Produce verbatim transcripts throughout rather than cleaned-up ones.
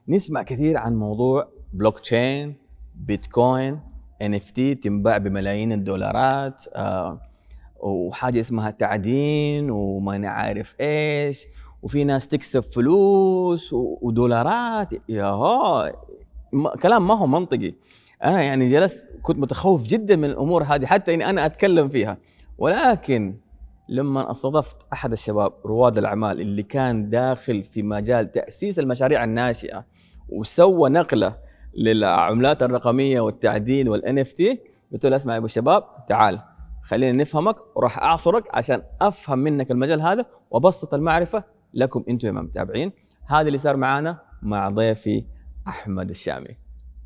نسمع كثير عن موضوع بلوك تشين، بيتكوين، ان اف تي تنباع بملايين الدولارات، آه وحاجه اسمها تعدين وما نعرف ايش، وفي ناس تكسب فلوس ودولارات. يا ها كلام ما هو منطقي. انا يعني جلس كنت متخوف جدا من الامور هذه حتى اني انا اتكلم فيها، ولكن لما استضفت احد الشباب رواد الاعمال اللي كان داخل في مجال تاسيس المشاريع الناشئه وسوى نقله للعملات الرقميه والتعدين والان اف تي، قلت له اسمع يا ابو الشباب، تعال خلينا نفهمك وراح اعصرك عشان افهم منك المجال هذا وابسط المعرفه لكم انتم يا متابعين. هذا اللي صار معانا مع ضيفي احمد الشامي.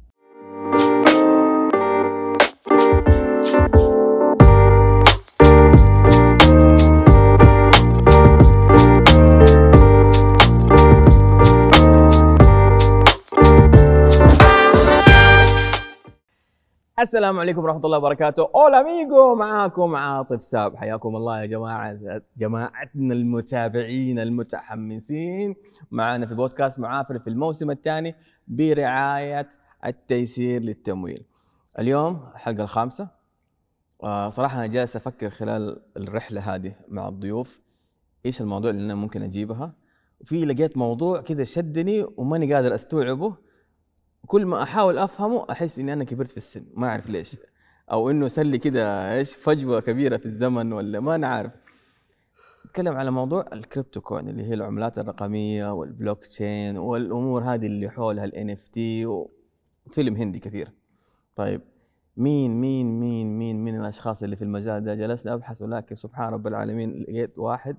السلام عليكم ورحمة الله وبركاته. أولا أميغو، معاكم عاطف ساب. حياكم الله يا جماعة جماعتنا المتابعين المتحمسين معنا في بودكاست معافر في الموسم الثاني برعاية التيسير للتمويل. اليوم الحلقة الخامسة. آه صراحة أنا جالس أفكر خلال الرحلة هذه مع الضيوف إيش الموضوع اللي أنا ممكن أجيبها، وفي لقيت موضوع كذا شدني وماني قادر أستوعبه. كل ما احاول افهمه احس اني انا كبرت في السن، ما اعرف ليش، او انه سلي كده ايش فجوه كبيره في الزمن ولا ما انا عارف. نتكلم على موضوع الكريبتو كوين اللي هي العملات الرقميه والبلوك تشين والامور هذه اللي حولها الان اف تي، وفيلم هندي كثير. طيب مين مين مين مين من الاشخاص اللي في المجال ده؟ جلسنا ابحث، ولكن سبحان رب العالمين لقيت واحد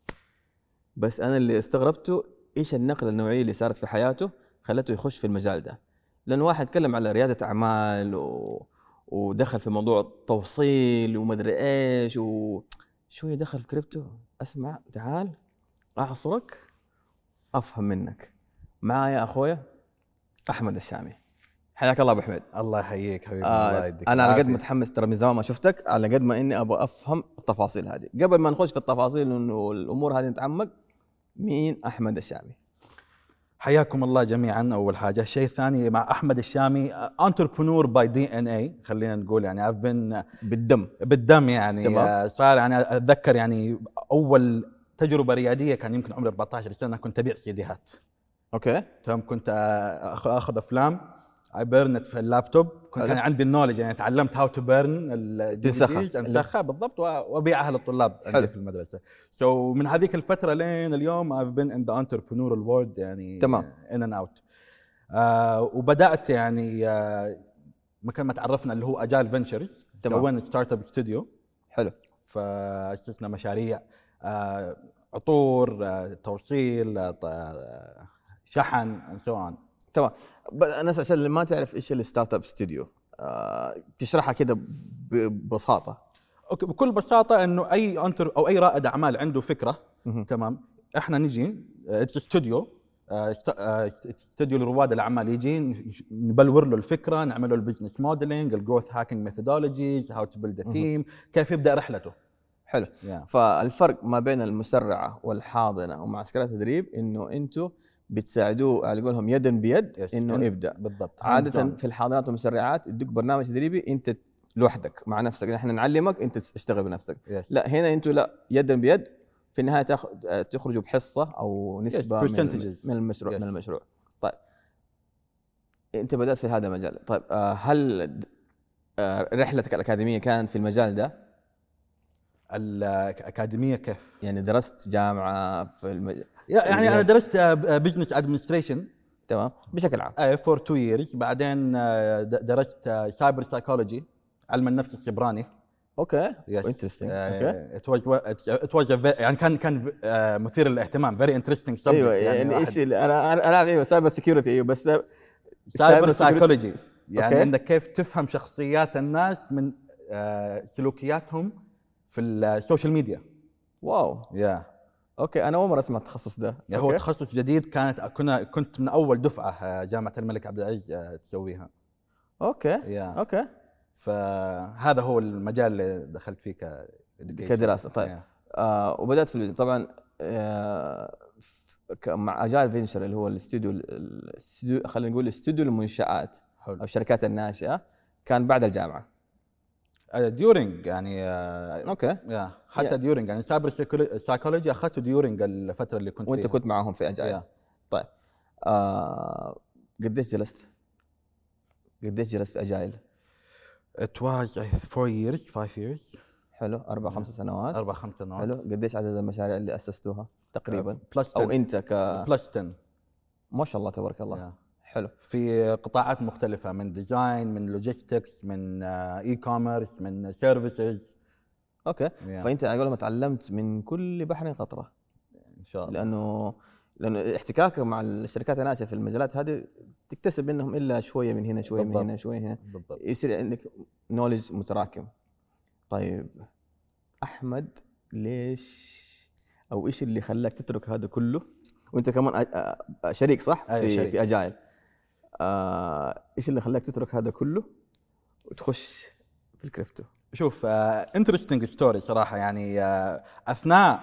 بس. انا اللي استغربته ايش النقله النوعيه اللي صارت في حياته خلته يخش في المجال ده. لأن واحد تكلم على ريادة أعمال و... ودخل في موضوع التوصيل ومدري إيش، وشوية دخل كريبتو. أسمع، تعال أعصرك أفهم منك. معايا أخويا أحمد الشامي. حياك الله أبو حميد. الله يحييك حبيبي. آه الله يديك. أنا على قد متحمس، ترى من زمان ما شفتك، على قد ما إني أبغى أفهم التفاصيل هذه. قبل ما نخش في التفاصيل إنه الأمور هذه نتعمق، مين أحمد الشامي؟ حياكم الله جميعا. اول حاجه. شيء ثاني، مع احمد الشامي انتربرنور باي دي ان اي، خلينا نقول يعني I've been بالدم بالدم يعني. تمام. صار يعني اتذكر يعني اول تجربه رياديه كان يمكن عمري أربعة عشر سنه، كنت ابيع سيديهات. اوكي تمام. كنت اخذ افلام اي بيرنت في اللابتوب. كنت كان عندي النولج يعني، تعلمت هاو تو بيرن تنسخها انسخها بالضبط وابيعها للطلاب عندي في المدرسه. سو so من هذيك الفتره لين اليوم I've been in the entrepreneurial world يعني. تمام. in and out. آه وبدات يعني آه مكان ما تعرفنا اللي هو اجايل فينتشرز. سوينا ستارت اب استوديو. حلو. فاسسنا مشاريع آه عطور، آه توصيل، آه شحن and so on. تمام. الناس عشان اللي ما تعرف ايش الستارت اب استوديو، آه، تشرحها كده ببساطه. اوكي، بكل بساطه انه اي انتر او اي رائد اعمال عنده فكره. تمام. احنا نجي استوديو استوديو لرواد الاعمال، يجي نبلور له الفكره، نعمل له البزنس موديلنج، الجروث هاكينج ميثودولوجيز، هاو تو بيلد ا تيم، كيف يبدا رحلته. حلو. yeah. فالفرق ما بين المسرعه والحاضنه ومعسكرات التدريب انه انتم بتساعدوه على قولهم يدا بيد yes. انه يبدا. بالضبط. عاده في الحاضنات والمسرعات يدوك برنامج تدريبي انت لوحدك مع نفسك، احنا نعلمك انت تشتغل بنفسك. yes. لا هنا انتوا لا، يدا بيد، في النهايه تخرجوا بحصه او نسبه yes. من, من المشروع yes. من المشروع. طيب انت بدات في هذا المجال. طيب هل رحلتك الاكاديميه كانت في المجال ده؟ الأكاديمية كيف؟ يعني درست جامعة في المجال؟ يعني أنا درست بزنس أدمنستريشن. تمام. بشكل عام اي فور تو ييرز. بعدين درست سايبر سايكولوجي، علم النفس السبراني. اوكي انترستينج. اوكي ات واز ات واز يعني كان كان مثير للاهتمام، فيري انترستينج سبجكت. ايوه يعني ايش انا انا ايوه سايبر سيكيورتي. ايوه بس سايبر سايكولوجي يعني أوكي. عندك كيف تفهم شخصيات الناس من سلوكياتهم في السوشيال ميديا. واو. يا yeah. اوكي انا اول مره اسمع التخصص ده. يعني هو تخصص جديد. كانت كنا كنت من اول دفعه جامعه الملك عبد العزيز تسويها. اوكي yeah. اوكي. فهذا هو المجال اللي دخلت فيه ك كدراسه. طيب yeah. آه وبدات في البيزنس طبعا. آه ك- مع اجايل فينشر اللي هو الاستوديو الاستوديو- خلينا نقول استوديو المنشآت حلو. او الشركات الناشئه، كان بعد الجامعه. ديورينج يعني آه، اوكي. يا حتى يا. ديورينج يعني سايبر سايكولوجي اخذته ديورينج الفتره اللي كنت وانت فيها. كنت معاهم في اجايل. يا. طيب آه قديش جلست قديش جلست في اجايل؟ It was four years five years حلو. اربع خمس سنوات. أربع خمس سنوات. حلو. قديش عدد المشاريع اللي اسستوها تقريبا؟ بلس او انت ك بلس عشرة. ما شاء الله تبارك الله. يا. حلو. في قطاعات مختلفه، من ديزاين، من لوجيستكس، من اي كوميرس، من سيرفيسز. اوكي. يا. فانت على قولهم تعلمت من كل بحر قطره، ان شاء الله. لانه لانه احتكاكك مع الشركات الناشئه في المجالات هذه تكتسب منهم الا شويه من هنا شويه بالضبط. من هنا شويه هنا، بالضبط. يصير عندك نولج متراكم. طيب احمد، ليش او ايش اللي خلاك تترك هذا كله وانت كمان أ- أ- شريك صح أيوة في شريك. في اجايل؟ آه ايش اللي خلاك تترك هذا كله وتخش في الكريبتو؟ شوف انترستنج ستوري صراحه، يعني آه، اثناء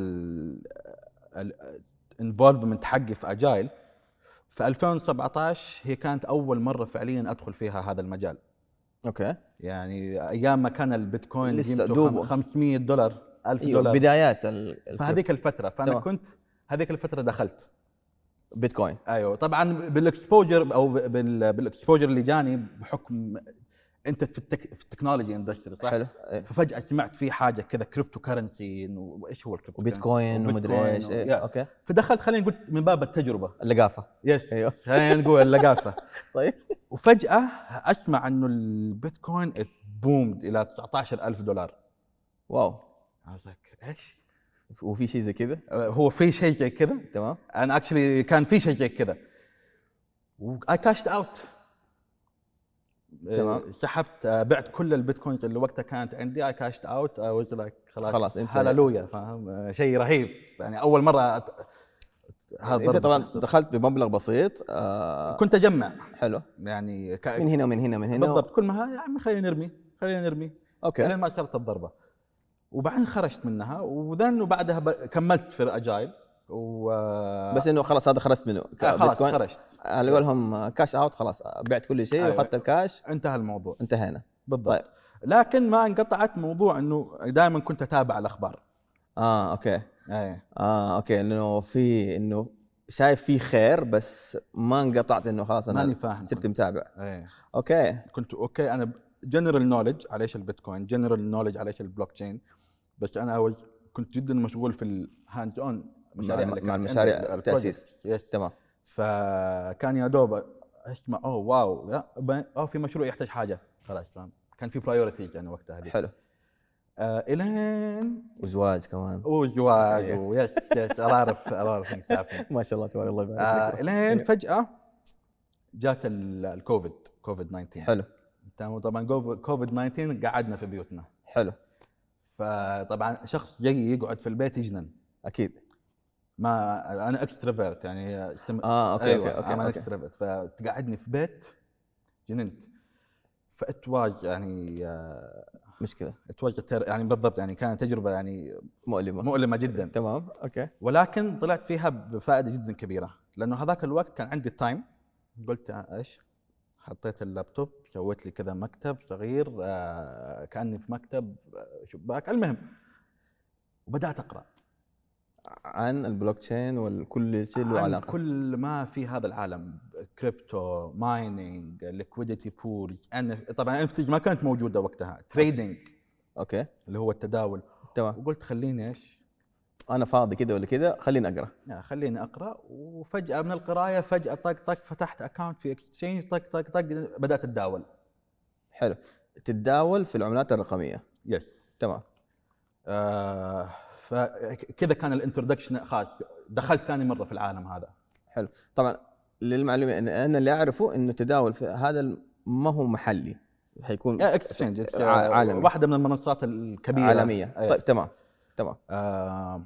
الانفولفمنت حقي في اجايل في ألفين وسبعطعش هي كانت اول مره فعليا ادخل فيها هذا المجال. اوكي. يعني ايام ما كان البيتكوين لسه قيمته دوبه. خم- خمسمية دولار ألف ايوه دولار بدايات ال- فهذيك الفتره. فانا تمام. كنت هذيك الفتره دخلت. بيتكوين. ايوه طبعا بالاكسبوجر او بال- بالاكسبوجر اللي جاني بحكم انت في التك... في التكنولوجي اندستري صح؟ حلو. إيه. ففجاه سمعت في حاجه كذا كريبتو كرنسي، انه ايش هو الكريبتو وبيتكوين ومدري ايش. إيه. يا. اوكي. فدخلت خلينا نقول من باب التجربه. اللقافه. يس أيوه. خلينا نقول اللقافه. طيب. وفجاه اسمع انه البيتكوين بومد الى تسعة عشر ألف دولار. واو. عاوزك ايش؟ وفي شيء زي كذا؟ هو في شيء زي كذا؟ تمام. انا اكشلي كان في شيء زي كذا. واي كاشت اوت. تمام. سحبت بعت كل البيتكوينز اللي وقتها كانت عندي. اي كاشت اوت. اي واز لايك خلاص خلاص انت هاللويا فاهم. شيء رهيب يعني اول مره أت... هذا انت طبعا بيحصل. دخلت بمبلغ بسيط. آه كنت اجمع حلو. يعني ك... من هنا ومن هنا ومن هنا. بالضبط. كل ما يا عمي خلينا نرمي خلينا نرمي اوكي. لين ما صارت الضربه. وبعدين خرجت منها وذن وبعدها ب... كملت في اجايل و بس انه خلاص هذا خرجت منه آه خلاص خرجت على قولهم كاش اوت. خلاص بعت كل شيء أيوة. واخذت الكاش انتهى الموضوع. انتهينا. بالضبط. طيب. لكن ما انقطعت موضوع انه دائما كنت اتابع الاخبار. اه اوكي. ايه اه اوكي. انه في انه شايف في خير بس ما انقطعت انه خلاص انا ماني فاهم. صرت متابع. ايه اوكي. كنت اوكي انا جنرال نوليدج على ايش البيتكوين، جنرال نوليدج على ايش البلوك تشين، بس انا أوز كنت جدا مشغول في الهاندز اون مع, مع المشاريع التاسيس. يس. تمام. فكان يا دوب اسمع اوه واو لا اوه في مشروع يحتاج حاجه خلاص فاهم. كان في برايورتيز يعني وقتها هذه. حلو. آه الين وزواج كمان. وزواج أيوه. ويس يس اعرف اعرف مسافر. ما شاء الله تبارك الله يبارك آه لك. الين فجاه جات الكوفيد كوفيد تسعة عشر. حلو. تمام. طبعا كوفيد تسعة عشر قعدنا في بيوتنا. حلو. فطبعا شخص زيي يقعد في البيت يجنن. اكيد. ما انا اكستروفيرت يعني استم... اه اوكي أيوة اوكي اوكي, انا أوكي. اكستروفيرت فتقعدني في بيت جننت. فاتواز يعني مشكله. اتواز يعني بالضبط يعني كانت تجربه يعني مؤلمه. مؤلمه جدا. تمام. اوكي. ولكن طلعت فيها بفائده جدا كبيره لانه هذاك الوقت كان عندي التايم. قلت ايش حطيت اللابتوب سويت لي كذا مكتب صغير آه كاني في مكتب شباك. المهم وبدات اقرا عن البلوك تشين والكل شيء له علاقه. كل ما في هذا العالم كريبتو مايننج ليكويديتي بولز. انا طبعا انفتج ما كانت موجوده وقتها. تريدنج اوكي. اللي هو التداول. تمام. وقلت خليني ايش انا فاضي كده ولا كده خليني اقرا. يعني خليني اقرا. وفجاه من القرايه فجاه طق طق فتحت اكاونت في اكستشينج طق طق طق بدات اتداول. حلو. تتداول في العملات الرقميه. يس. تمام. آه فكذا كان الانترودكشن خاص. دخلت ثاني مره في العالم هذا. حلو. طبعا للمعلومه ان انا اللي اعرفه انه التداول في هذا ما هو محلي، حيكون اكستشينج عالمي. واحده من المنصات الكبيره عالميه. طيب تمام تمام. آه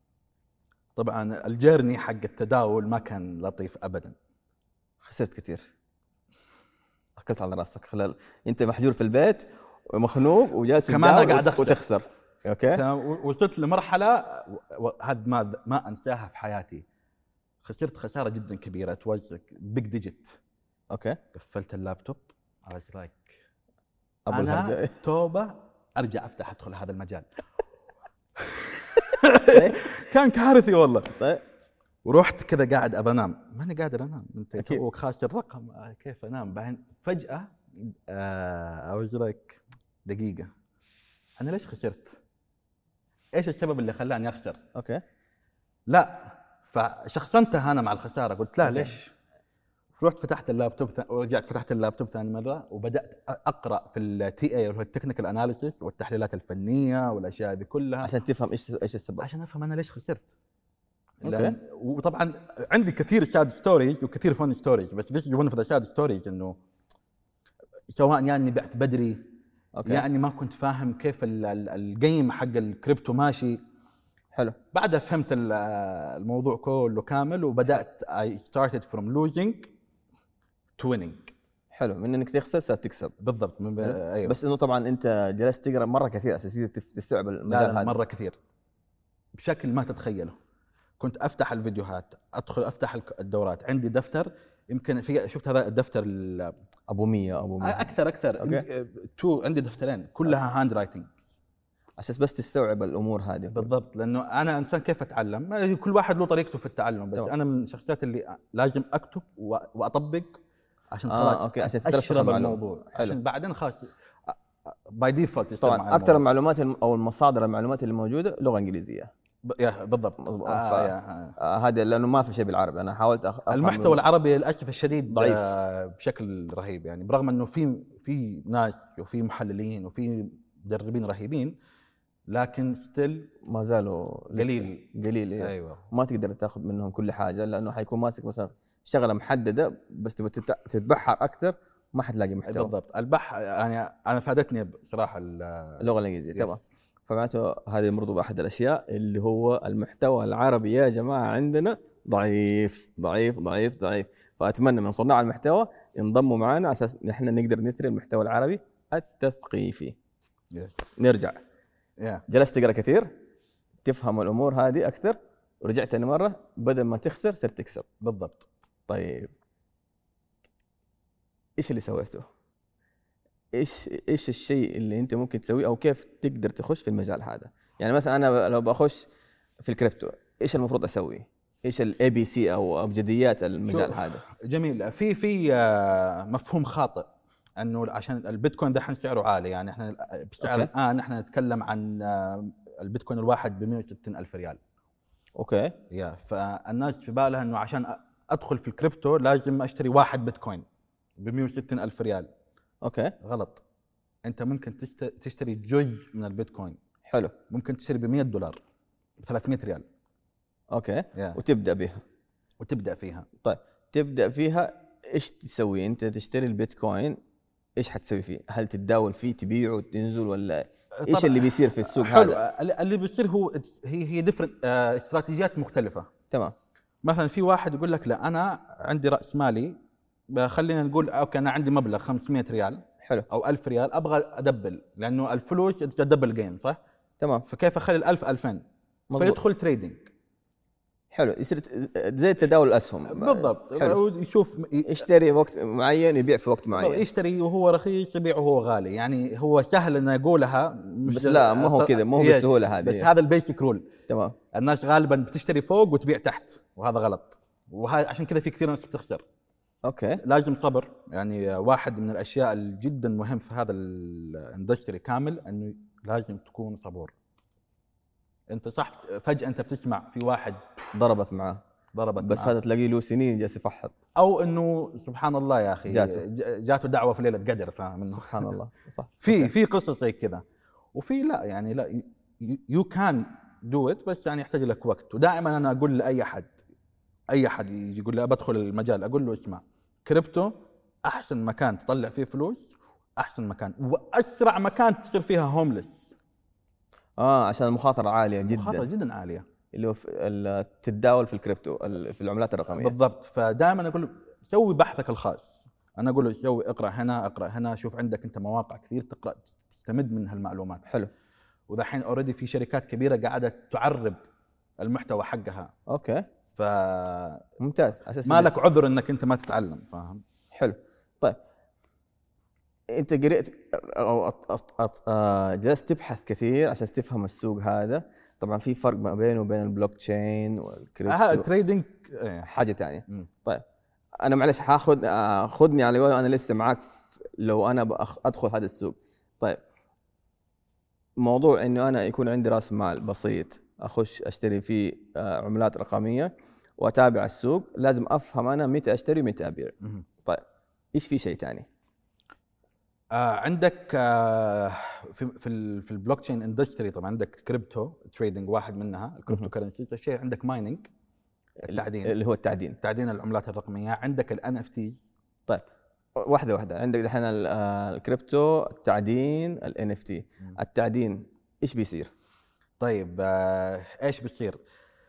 طبعا الجيرني حق التداول ما كان لطيف ابدا. خسرت كثير. اكلت على راسك خلال انت محجور في البيت ومخنوق وجالس كمان قاعد أخسر. وتخسر. اوكي. وصلت لمرحله هذا ما ما انساها في حياتي. خسرت خساره جدا كبيره توزك بيج ديجيت. اوكي قفلت اللابتوب از لايك ابو انا الهرجه. توبه ارجع افتح ادخل هذا المجال. كان كارثي والله. طيب ورحت كذا قاعد ابى انام، ماني قادر انام، انت أكيد. توك خاش الرقم كيف انام؟ بعدين فجاه اي لايك دقيقه، انا ليش خسرت؟ ايش السبب اللي خلاني اخسر؟ اوكي لا فشخصنتها انا مع الخساره، قلت لا أوكي. ليش؟ رحت فتحت اللابتوب ث... ورجعت فتحت اللابتوب ثاني مره وبدات اقرا في التي اي اللي هو التكنيكال اناليسيس والتحليلات الفنيه والاشياء هذه كلها عشان تفهم ايش ايش السبب. عشان افهم انا ليش خسرت. أوكي. لأن وطبعا عندي كثير ساد ستوريز وكثير فن ستوريز، بس this is one of the sad stories انه سواء يعني بعت بدري اوكي يعني ما كنت فاهم كيف ال- ال- الجيم حق الكريبتو ماشي. حلو بعدها فهمت ال- الموضوع كله كامل وبدات I started from losing to winning. حلو، من انك تخسر صار تكسب. بالضبط من ب... ايوه بس انه طبعا انت جلست تقرا مره كثير اساسيه تستوعب لا المجال لا هذا. مره كثير بشكل ما تتخيله. كنت افتح الفيديوهات، ادخل افتح الك- الدورات، عندي دفتر يمكن في شفت هذا الدفتر ال- ابو مية ابو مية اكثر اكثر أوكي. تو عندي دفترين كلها هاند رايتنج. عشان بس تستوعب الامور هذه. بالضبط، لانه انا انسان كيف اتعلم، كل واحد له طريقته في التعلم، بس طبعا. انا من الشخصيات اللي لازم اكتب و- واطبق عشان آه، خلاص أوكي، عشان تسترسخ اشرب المعلومة. الموضوع. حلو. عشان بعدين خلاص باي ديفولت يصير طبعا مع اكثر الموضوع. المعلومات الم- او المصادر المعلومات اللي موجوده لغه انجليزيه. ب- يا بالضبط مظبوط. آه ف- يا آه. آه هذا لانه ما في شيء بالعربي، انا حاولت أخ... أفهم المحتوى منه. العربي للاسف الشديد ضعيف. آه بشكل رهيب، يعني برغم انه في في ناس وفي محللين وفي مدربين رهيبين، لكن ستيل ما زالوا لسه قليل. قليل إيه. ايوه ما تقدر تاخذ منهم كل حاجه، لانه حيكون ماسك مثلا شغله محدده، بس تبغى تت- تتبحر اكثر ما حتلاقي محتوى. بالضبط. البح يعني انا فادتني بصراحه ال- اللغه الانجليزيه Yes. تمام. فمعناته هذه برضو احد الاشياء اللي هو المحتوى العربي يا جماعه عندنا ضعيف ضعيف ضعيف ضعيف. فاتمنى من صناع المحتوى ينضموا معنا على اساس نحن نقدر نثري المحتوى العربي التثقيفي. يس نرجع، يا جلست تقرا كثير تفهم الامور هذه اكثر، ورجعت ثاني مره بدل ما تخسر صرت تكسب. بالضبط. طيب ايش اللي سويته؟ ايش ايش الشيء اللي انت ممكن تسويه او كيف تقدر تخش في المجال هذا؟ يعني مثلا انا لو بخش في الكريبتو ايش المفروض اسوي؟ ايش الاي بي سي او ابجديات المجال شوف، هذا؟ جميل. في في آه، مفهوم خاطئ انه عشان البيتكوين دحين سعره عالي، يعني احنا بسعر أوكي. الان احنا نتكلم عن آه، البيتكوين الواحد ب مئة وستين ألف ريال. اوكي يا فالناس في بالها انه عشان أ- ادخل في الكريبتو لازم اشتري واحد بيتكوين ب مئة وستين ألف ريال. اوكي غلط. انت ممكن تست- تشتري جزء من البيتكوين، حلو ممكن تشتري ب مئة دولار ب ثلاثمئة ريال اوكي yeah. وتبدا بها. وتبدا فيها. طيب تبدا فيها ايش تسوي؟ انت تشتري البيتكوين ايش حتسوي فيه؟ هل تتداول فيه تبيعه وتنزل ولا ايش طبعاً. اللي بيصير في السوق حلو. هذا؟ اللي- اللي بيصير هو هي هي ديفرنت استراتيجيات مختلفه. تمام مثلا في واحد يقول لك لا انا عندي راس مالي، خلينا نقول اوكي انا عندي مبلغ خمسمئة ريال حلو او ألف ريال ابغى ادبل، لانه الفلوس تدبل جيم صح؟ تمام فكيف اخلي الألف ألفين؟ مظبوط. فيدخل تريدينج. حلو يصير ت- زي التداول الاسهم. بالضبط. حلو. يشوف يشتري وقت معين يبيع في وقت معين. يشتري وهو رخيص يبيع وهو غالي، يعني هو سهل انه يقولها مش بس لا ما هو كذا، ما هو Yes. بالسهوله هذه. بس هذا البيسك رول. تمام الناس غالبا بتشتري فوق وتبيع تحت، وهذا غلط، وهذا عشان كذا في كثير ناس بتخسر. اوكي لازم صبر. يعني واحد من الاشياء اللي جدا مهم في هذا الاندستري كامل انه لازم تكون صبور. انت صح فجأة انت بتسمع في واحد ضربت معاه ضربت بس معاه. هذا تلاقيه له سنين جالس يفحط. او انه سبحان الله يا اخي جاته. ج- جاته دعوه في ليله قدر، فاهم انه سبحان الله صح. في في قصص زي كذا، وفي لا يعني لا يو كان دو ات، بس يعني يحتاج لك وقت. ودائما انا اقول لاي احد اي احد يجي يقول لي بدخل المجال، اقول له اسمع، كريبتو احسن مكان تطلع فيه فلوس، احسن مكان واسرع مكان تصير فيها هوملس. اه عشان المخاطره عاليه مخاطره جدا جدا عاليه. اللي هو في ال- تتداول في الكريبتو ال- في العملات الرقميه. بالضبط. فدائما اقول له سوي بحثك الخاص. انا اقول له سوي اقرا هنا اقرا هنا، شوف عندك انت مواقع كثير تقرا تستمد من هالمعلومات. حلو ودحين اوريدي في شركات كبيره قاعده تعرب المحتوى حقها. اوكي ف ممتاز. اساس ما لك عذر انك انت ما تتعلم، فاهم؟ حلو. طيب انت قريت او أط- أط- أط- آه، جلست تبحث كثير عشان تفهم السوق هذا. طبعا في فرق ما بينه وبين البلوك تشين ها والكريبتو، تريدنج حاجه ثانيه. مم. طيب انا معلش حاخذ آه، خذني على قول انا لسه معاك ف- لو انا بأخ- ادخل هذا السوق. طيب موضوع انه انا يكون عندي راس مال بسيط اخش اشتري فيه آه، عملات رقميه واتابع السوق، لازم افهم انا متى اشتري ومتى ابيع. مم. طيب ايش في شيء ثاني؟ آه عندك آه في في ال- في البلوك تشين اندستري طبعا عندك كريبتو تريدنج واحد منها، الكريبتو كرنسيز. الشيء عندك مايننج، التعدين، اللي هو التعدين. تعدين العملات الرقميه. عندك الان اف تيز. طيب واحده واحده. عندك دحين ال- آه، الكريبتو، التعدين، الان اف تي. التعدين ايش بيصير؟ طيب آه ايش بيصير؟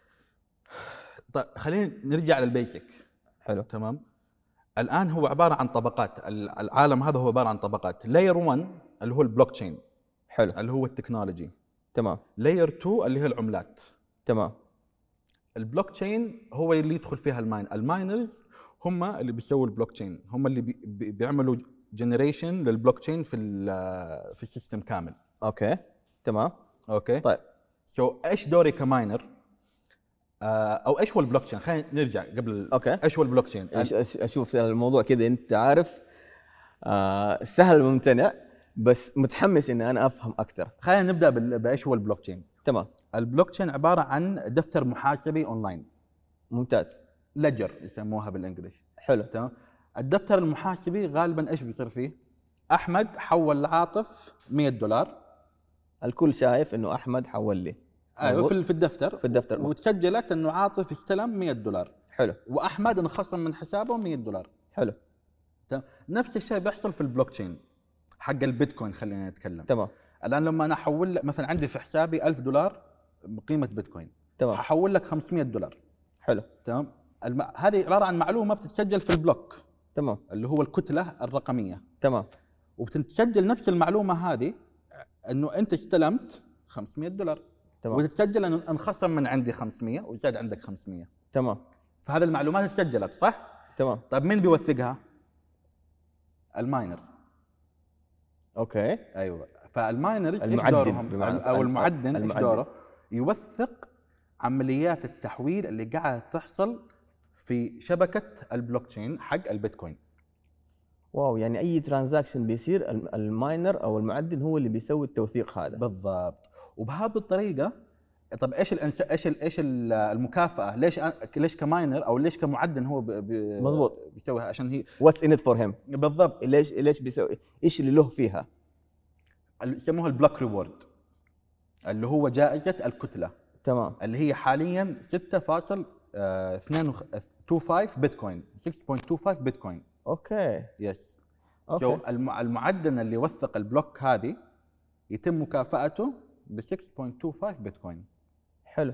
طيب خلينا نرجع للبيسك. حلو. تمام. الان هو عباره عن طبقات، ال- العالم هذا هو عباره عن طبقات. لاير واحد اللي هو البلوك تشين، حلو. اللي هو التكنولوجي. تمام. لاير اثنين اللي هي العملات. تمام. البلوك تشين هو اللي يدخل فيها الماين الماينرز، هم اللي بيسووا البلوك تشين، هم اللي بي بي- بيعملوا جنريشن للبلوك تشين في ال- في السيستم كامل. اوكي. تمام. اوكي. طيب سو so, ايش دوري كماينر؟ آه او ايش هو البلوك تشين؟ خلينا نرجع قبل. أوكي. ايش هو البلوك تشين؟ أش- أش- اشوف الموضوع كذا انت عارف آه سهل ممتنع، بس متحمس اني انا افهم اكثر. خلينا نبدا بال- بايش هو البلوك تشين. تمام. البلوك تشين عباره عن دفتر محاسبي اونلاين، ممتاز. ليجر يسموها بالانجلش. حلو. تمام. الدفتر المحاسبي غالبا ايش بيصير فيه؟ احمد حول لعاطف مية دولار. الكل شايف انه احمد حول لي. ايوه مظبوط. في في الدفتر، في الدفتر. وتسجلت انه عاطف استلم مية دولار، حلو. واحمد انخصم من حسابه مية دولار. حلو. تمام. نفس الشيء بيحصل في البلوك تشين حق البيتكوين. خلينا نتكلم. تمام. الان لما انا احول لك مثلا، عندي في حسابي ألف دولار بقيمه بيتكوين، تمام. هحول لك خمسمية دولار. حلو. تمام. الم... هذه عباره عن معلومه بتتسجل في البلوك تمام. اللي هو الكتله الرقميه، تمام. وبتتسجل نفس المعلومه هذه انه انت استلمت خمسمية دولار، تمام. وتتسجل انه انخصم من عندي خمسمية وزاد عندك خمسمية. تمام. فهذه المعلومات تسجلت صح؟ تمام. طيب مين بيوثقها؟ الماينر. اوكي. ايوه. فالماينرز ايش المعدن دورهم؟ بمعنى او صح. المعدن ايش المعدن. دوره؟ يوثق عمليات التحويل اللي قاعده تحصل في شبكه البلوك تشين حق البيتكوين. واو، يعني اي ترانزاكشن بيصير الم- الماينر او المعدن هو اللي بيسوي التوثيق هذا. بالضبط. وبهذه الطريقه، طب ايش الانس... ايش ال... ايش ال- المكافاه؟ ليش أ... ليش كماينر او ليش كمعدن هو ب... ب... مضبوط. بيسويها؟ عشان هي واتس ان ات فور هيم. بالضبط ليش ليش بيسوي؟ ايش اللي له فيها؟ ال- يسموها البلوك ريورد، اللي هو جائزه الكتله، تمام. اللي هي حاليا ستة فاصلة اثنين وخمسين بيتكوين، ستة فاصلة اثنين وعشرين بيتكوين. اوكي. يس. أوكي. سو المعدن اللي وثق البلوك هذه يتم مكافأته ب ستة فاصلة اثنين وعشرين بيتكوين. حلو.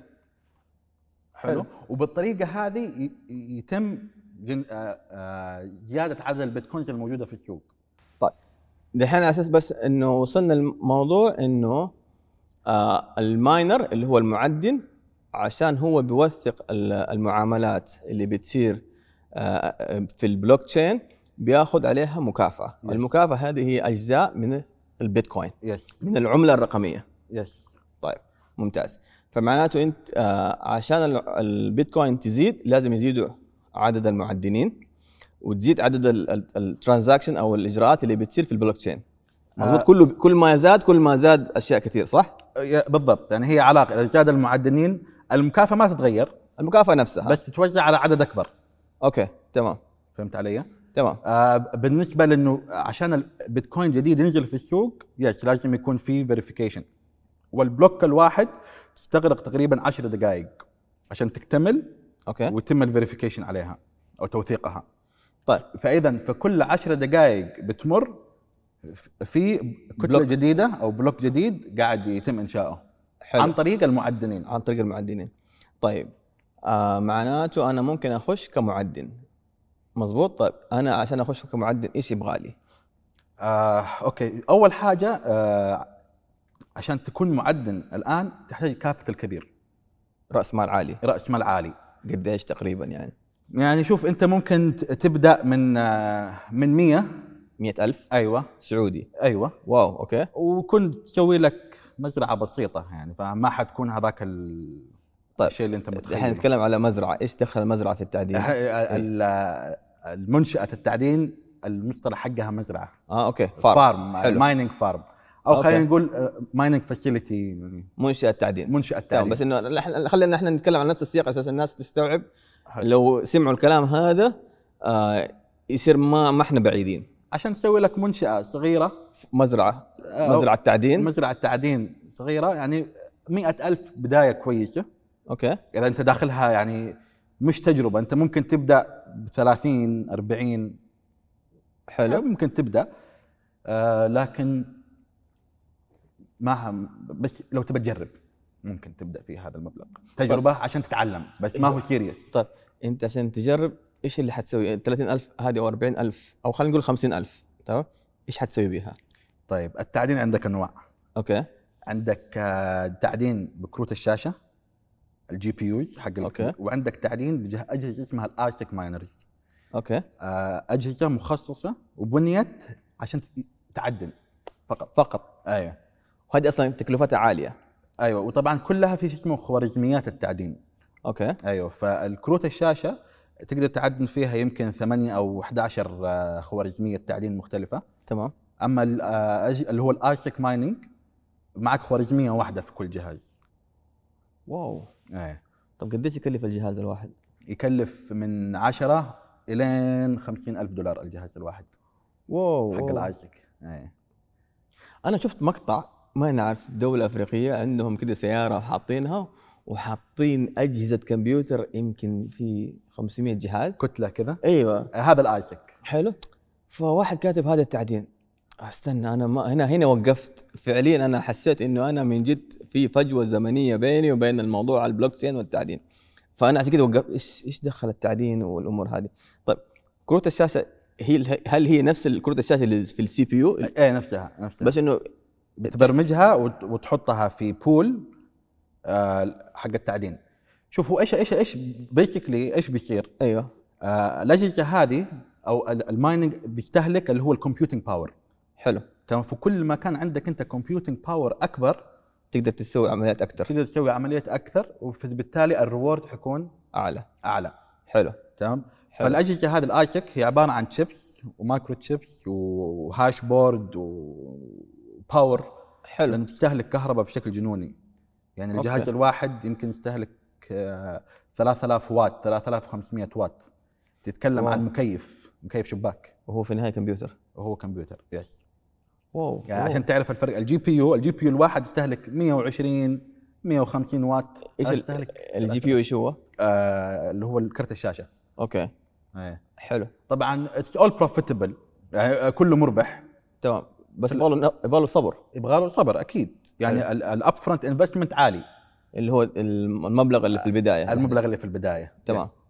حلو. وبالطريقه هذه ي- ي- يتم جن... آه، آه، زياده عدد البيتكوينز الموجوده في السوق. طيب دحين على اساس بس انه وصلنا الموضوع انه آه الماينر اللي هو المعدن عشان هو بيوثق ال- المعاملات اللي بتصير آه في البلوك تشين بياخذ عليها مكافأة. Yes. المكافأة هذه هي أجزاء من البيتكوين، يس. من العملة الرقمية. يس. طيب ممتاز. فمعناته انت آه عشان ال- البيتكوين تزيد لازم يزيدوا عدد المعدنين وتزيد عدد الترانزاكشن او الاجراءات اللي بتصير في البلوك تشين. مضبوط. آه. كله كل ما زاد كل ما زاد اشياء كثير، صح؟ يا- بالضبط. يعني هي علاقه، اذا زاد المعدنين المكافاه ما تتغير، المكافأة نفسها بس تتوزع على عدد اكبر. اوكي تمام. فهمت علي؟ تمام. آه بالنسبه لانه عشان البيتكوين جديد ينزل في السوق، يس لازم يكون في فيريفيكيشن، والبلوك الواحد تستغرق تقريبا عشر دقائق عشان تكتمل اوكي. ويتم الفيريفيكيشن عليها او توثيقها. طيب فاذا في كل عشر دقائق بتمر في كتله بلوك. جديده او بلوك جديد قاعد يتم انشاؤه. حلو. عن طريق المعدنين. عن طريق المعدنين. طيب آه معناته انا ممكن اخش كمعدن. مزبوط. طيب انا عشان اخش كمعدن ايش يبغى لي؟ آه، اوكي. اول حاجه آه، عشان تكون معدن الان تحتاج كابيتال كبير، راس مال عالي. راس مال عالي. قديش تقريبا يعني؟ يعني شوف انت ممكن ت- تبدا من آه، من مية. مئة ألف ايوه سعودي. ايوه. واو اوكي. وكنت تسوي لك مزرعه بسيطه يعني، فما حتكون هذاك ال- طيب الشيء اللي انت الحين متخيله. نتكلم على مزرعه، ايش دخل المزرعه في التعدين؟ ح- ال- المنشاه التعدين المصطلح حقها مزرعه. اه اوكي فارم. فارم حلو. مايننج فارم، او أوكي. خلينا نقول مايننج فاسيلتي، منشأة تعدين. منشاه تمام، تعدين. بس انه إحنا- خلينا احنا نتكلم عن نفس السياق اساس الناس تستوعب. حلو. لو سمعوا الكلام هذا آه يصير ما ما احنا بعيدين. عشان تسوي لك منشاه صغيره، مزرعه أو مزرعه تعدين. مزرعه تعدين صغيره يعني مئة ألف بدايه كويسه. اوكي. اذا انت داخلها يعني مش تجربه، انت ممكن تبدا ب ثلاثين أربعين. حلو. ممكن تبدا آه لكن ما هم بس لو تبى تجرب ممكن تبدا في هذا المبلغ تجربه عشان تتعلم، بس ما هو سيريس. طيب انت عشان تجرب ايش اللي حتسوي؟ ثلاثين ألف هذه او أربعين ألف او خلينا نقول خمسين ألف، تمام؟ ايش حتسوي بيها؟ طيب التعدين عندك انواع. اوكي. عندك آه تعدين بكروت الشاشه الجي بي يوز حق ال- أوكي. وعندك تعدين باجهزه اسمها الارسك ماينرز. اوكي. آه اجهزه مخصصه وبنيت عشان ت- تعدل فقط. فقط. ايوه وهذه اصلا تكلفتها عاليه. ايوه، وطبعا كلها في شيء اسمه خوارزميات التعدين. اوكي. ايوه، فالكروت الشاشه تقدر تعدل فيها يمكن ثمانية او إحدى عشر آه، خوارزميه تعدين مختلفه. تمام. اما ال- آه، أج- اللي هو الارسك مايننج معك خوارزميه واحده في كل جهاز. واو. ايه. طب قديش يكلف الجهاز الواحد؟ يكلف من عشرة الين خمسين الف دولار الجهاز الواحد واو. حق واو. الارسك. ايه. انا شفت مقطع ما نعرف دولة افريقية عندهم كده سيارة حاطينها وحاطين اجهزة كمبيوتر يمكن في خمسمية جهاز. كتله كذا. ايوه. آه، هذا الارسك. حلو. فواحد كاتب هذا التعدين، استنى انا ما هنا هنا وقفت فعليا. انا حسيت انه انا من جد في فجوة زمنية بيني وبين الموضوع البلوك تشين والتعدين. فانا عشان كده وقفت، ايش ايش دخل التعدين والامور هذه؟ طيب كروت الشاشة هي هل هي نفس كروت الشاشة اللي في السي بي يو؟ ايه نفسها نفسها، بس انه بتبرمجها وت- وتحطها في بول آه، حق التعدين. شوفوا ايش ايش ايش بيسكلي ايش بيصير. ايوه. آه، الاجهزه هذه او ال- المايننج بيستهلك اللي هو الكمبيوتنج باور. حلو. تمام، فكل ما كان عندك انت كمبيوتنج باور اكبر تقدر تسوي عمليات اكثر. تقدر تسوي عمليات اكثر، وبالتالي الريورد حيكون اعلى. اعلى. حلو. تمام. حلو. فالاجهزه هذه الايسك هي عباره عن شيبس ومايكرو تشيبس وهاش بورد وباور. حلو. لانه تستهلك كهرباء بشكل جنوني. يعني الجهاز أوكي. الواحد يمكن يستهلك آه، ثلاثة آلاف واط، ثلاثة آلاف وخمسمية واط. تتكلم واو. عن مكيف مكيف شباك وهو في النهايه كمبيوتر. وهو كمبيوتر. يس. واو. يعني واو. عشان تعرف الفرق، الجي بي يو الجي بي يو الواحد يستهلك مية وعشرين مية وخمسين واط. ايش هذا ال- يستهلك الجي بي يو ايش هو؟ آه اللي هو كرت الشاشه. اوكي. ايه. حلو. طبعا اتس اول بروفيتبل، يعني آه، كله مربح. تمام، بس يبغى له يبغى له صبر. يبغى له صبر اكيد. يعني الاب فرونت انفستمنت عالي، اللي هو المبلغ اللي في البدايه. المبلغ اللي في البدايه. تمام. يس.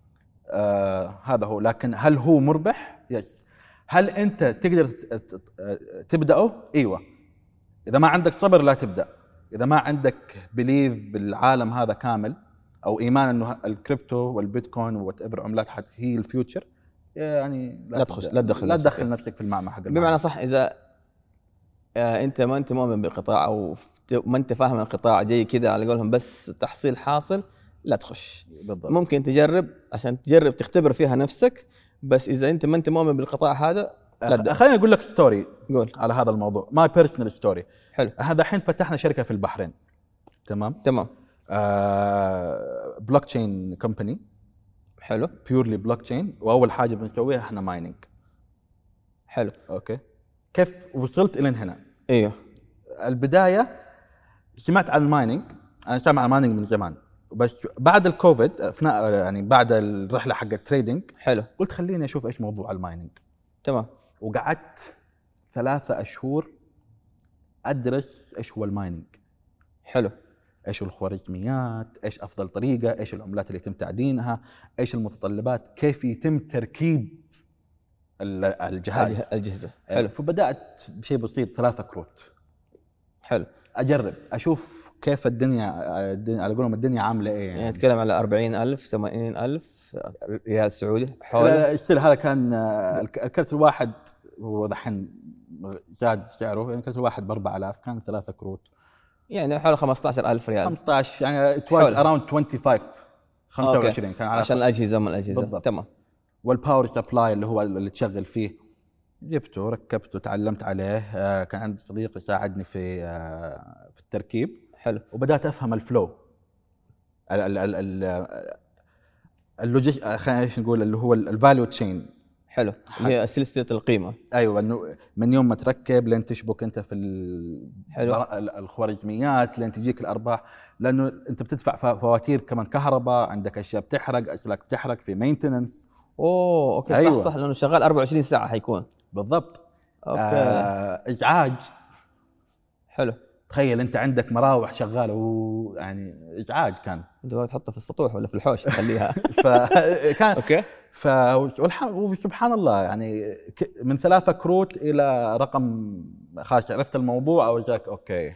آه هذا هو. لكن هل هو مربح؟ يس. هل انت تقدر ت- ت- تبداه؟ ايوه. اذا ما عندك صبر لا تبدا. اذا ما عندك بليف بالعالم هذا كامل او ايمان انه الكريبتو والبيتكوين وات ايفر عملات حت هي الفيوتشر، يعني لا تخش- تبدأ. لا تدخل لا نفسك تدخل فيه. نفسك في المعمعة حق بمعنى المعمعة. صح، اذا آه انت ما انت مؤمن بالقطاع او ف- ما انت فاهم القطاع جاي كذا على قولهم بس تحصيل حاصل، لا تخش. بالضبط. ممكن تجرب عشان تجرب تختبر فيها نفسك، بس اذا انت ما انت مؤمن بالقطاع هذا لا تبدأ. خليني اقول لك ستوري قول. على هذا الموضوع، ماي بيرسونال ستوري. حلو. هذا الحين فتحنا شركه في البحرين. تمام. تمام. آه بلوك تشين كومباني. حلو. بيورلي بلوك تشين، واول حاجه بنسويها احنا مايننج. حلو. اوكي. كيف وصلت الى هنا؟ ايوه. البدايه سمعت عن المايننج، انا سامع عن المايننج من زمان، بس بعد الكوفيد اثناء يعني بعد الرحله حق التريدنج حلو. قلت خليني اشوف ايش موضوع المايننج. تمام. وقعدت ثلاثة أشهر أدرس إيش هو المايننج، حلو. إيش الخوارزميات، إيش أفضل طريقة، إيش العملات اللي يتم تعدينها، إيش المتطلبات، كيف يتم تركيب ال- الجهاز. الجه- الجهزه. حلو. حلو. فبدأت بشيء بسيط، ثلاثة كروت. حلو. اجرب اشوف كيف الدنيا, الدنيا على قولهم الدنيا عامله ايه يعني نتكلم على أربعين ألف ثمانين ألف ريال سعودي حول. السيل هذا كان الكرت الواحد هو دحين زاد سعره, يعني الكرت الواحد ب أربعة آلاف كان ثلاثة كروت يعني حول خمسة عشر ألف ريال خمسة عشر يعني it was around خمسة وعشرين خمسة وعشرين كان عشان الأجهزة من الأجهزة بالضبط. تمام. والباور سبلاي اللي هو اللي تشغل فيه جبته ركبته تعلمت عليه. آه كان عندي صديق يساعدني في آه في التركيب. حلو. وبدأت أفهم الفلو ال ال ال اللوجيك خلينا نقول اللي هو الفاليو تشين. حلو. هي سلسلة القيمة. أيوة إنه من يوم ما تركب لين تشبك أنت في حلو. الخوارزميات لين تجيك الأرباح, لأنه أنت بتدفع فواتير كمان كهرباء, عندك أشياء بتحرق, أسلاك بتحرق في مينتننس. اوه اوكي. أيوة. صح صح لانه شغال أربعة وعشرين ساعه حيكون. بالضبط. اوكي. آه ازعاج. حلو. تخيل انت عندك مراوح شغاله ويعني ازعاج كان. انت بغيت تحطها في السطوح ولا في الحوش تخليها؟ فكان اوكي. ف وسبحان الله يعني من ثلاثة كروت الى رقم خاص عرفت الموضوع او ذاك اوكي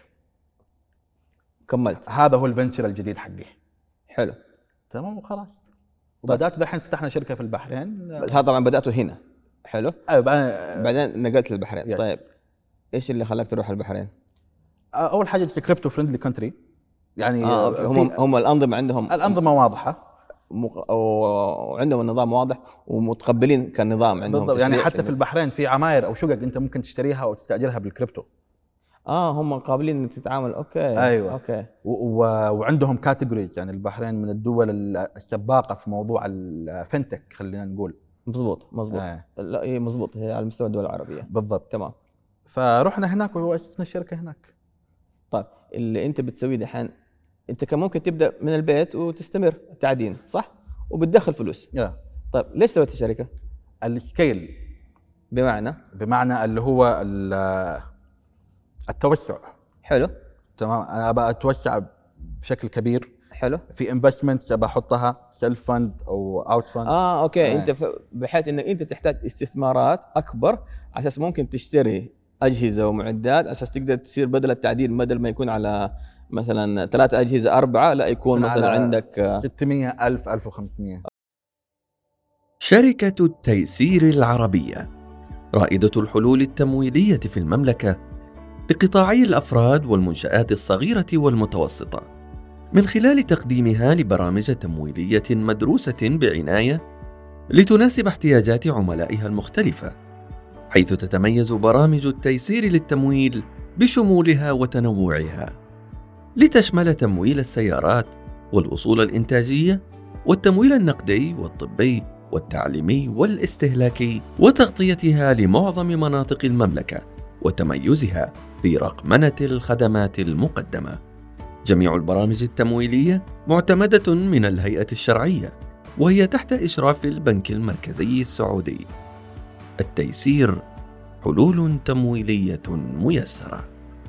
كملت. هذا هو الفنتشر الجديد حقي. حلو تمام وخلاص. وبدأت دحين فتحنا شركة في البحرين. بس هذا طبعا بدأته هنا. حلو. أيوة بعدين نقلت للبحرين. يس. طيب ايش اللي خلاك تروح البحرين؟ أول حاجة كريبتو فريندلي كونتري يعني آه هم هم الأنظمة عندهم الأنظمة واضحة مق... وعندهم النظام واضح ومتقبلين كنظام عندهم. يعني حتى في البحرين في عماير أو شقق أنت ممكن تشتريها أو تستأجرها بالكريبتو. اه هم قابلين انك تتعامل. اوكي. ايوه اوكي. و... و... وعندهم كاتيجوريز, يعني البحرين من الدول السباقه في موضوع الفنتك خلينا نقول. مزبوط مزبوط. آه. لا هي مزبوط, هي على مستوى الدول العربيه. بالضبط. تمام. فرحنا هناك واسسنا الشركه هناك. طيب اللي انت بتسويه دحين انت كان ممكن تبدا من البيت وتستمر تعدين صح وبتدخل فلوس. yeah. طيب ليش سويت الشركه؟ السكيل بمعنى بمعنى اللي هو التوسع. حلو. تمام. انا ابغى اتوسع بشكل كبير. حلو. في انفستمنتس ابغى احطها سيلف فند او اوت فند. اه اوكي. آه. انت بحيث انك انت تحتاج استثمارات اكبر على اساس ممكن تشتري اجهزه ومعدات على اساس تقدر تصير بدل التعديل بدل ما يكون على مثلا ثلاثة اجهزه اربعه لا يكون مثلا عندك ستمية ألف ألف وخمسمية. شركه التيسير العربيه رائده الحلول التمويليه في المملكه لقطاعي الأفراد والمنشآت الصغيرة والمتوسطة من خلال تقديمها لبرامج تمويلية مدروسة بعناية لتناسب احتياجات عملائها المختلفة، حيث تتميز برامج التيسير للتمويل بشمولها وتنوعها، لتشمل تمويل السيارات والأصول الإنتاجية والتمويل النقدي والطبي والتعليمي والاستهلاكي، وتغطيتها لمعظم مناطق المملكة وتميزها في رقمنة الخدمات المقدمة. جميع البرامج التمويلية معتمدة من الهيئة الشرعية وهي تحت إشراف البنك المركزي السعودي. التيسير حلول تمويلية ميسرة.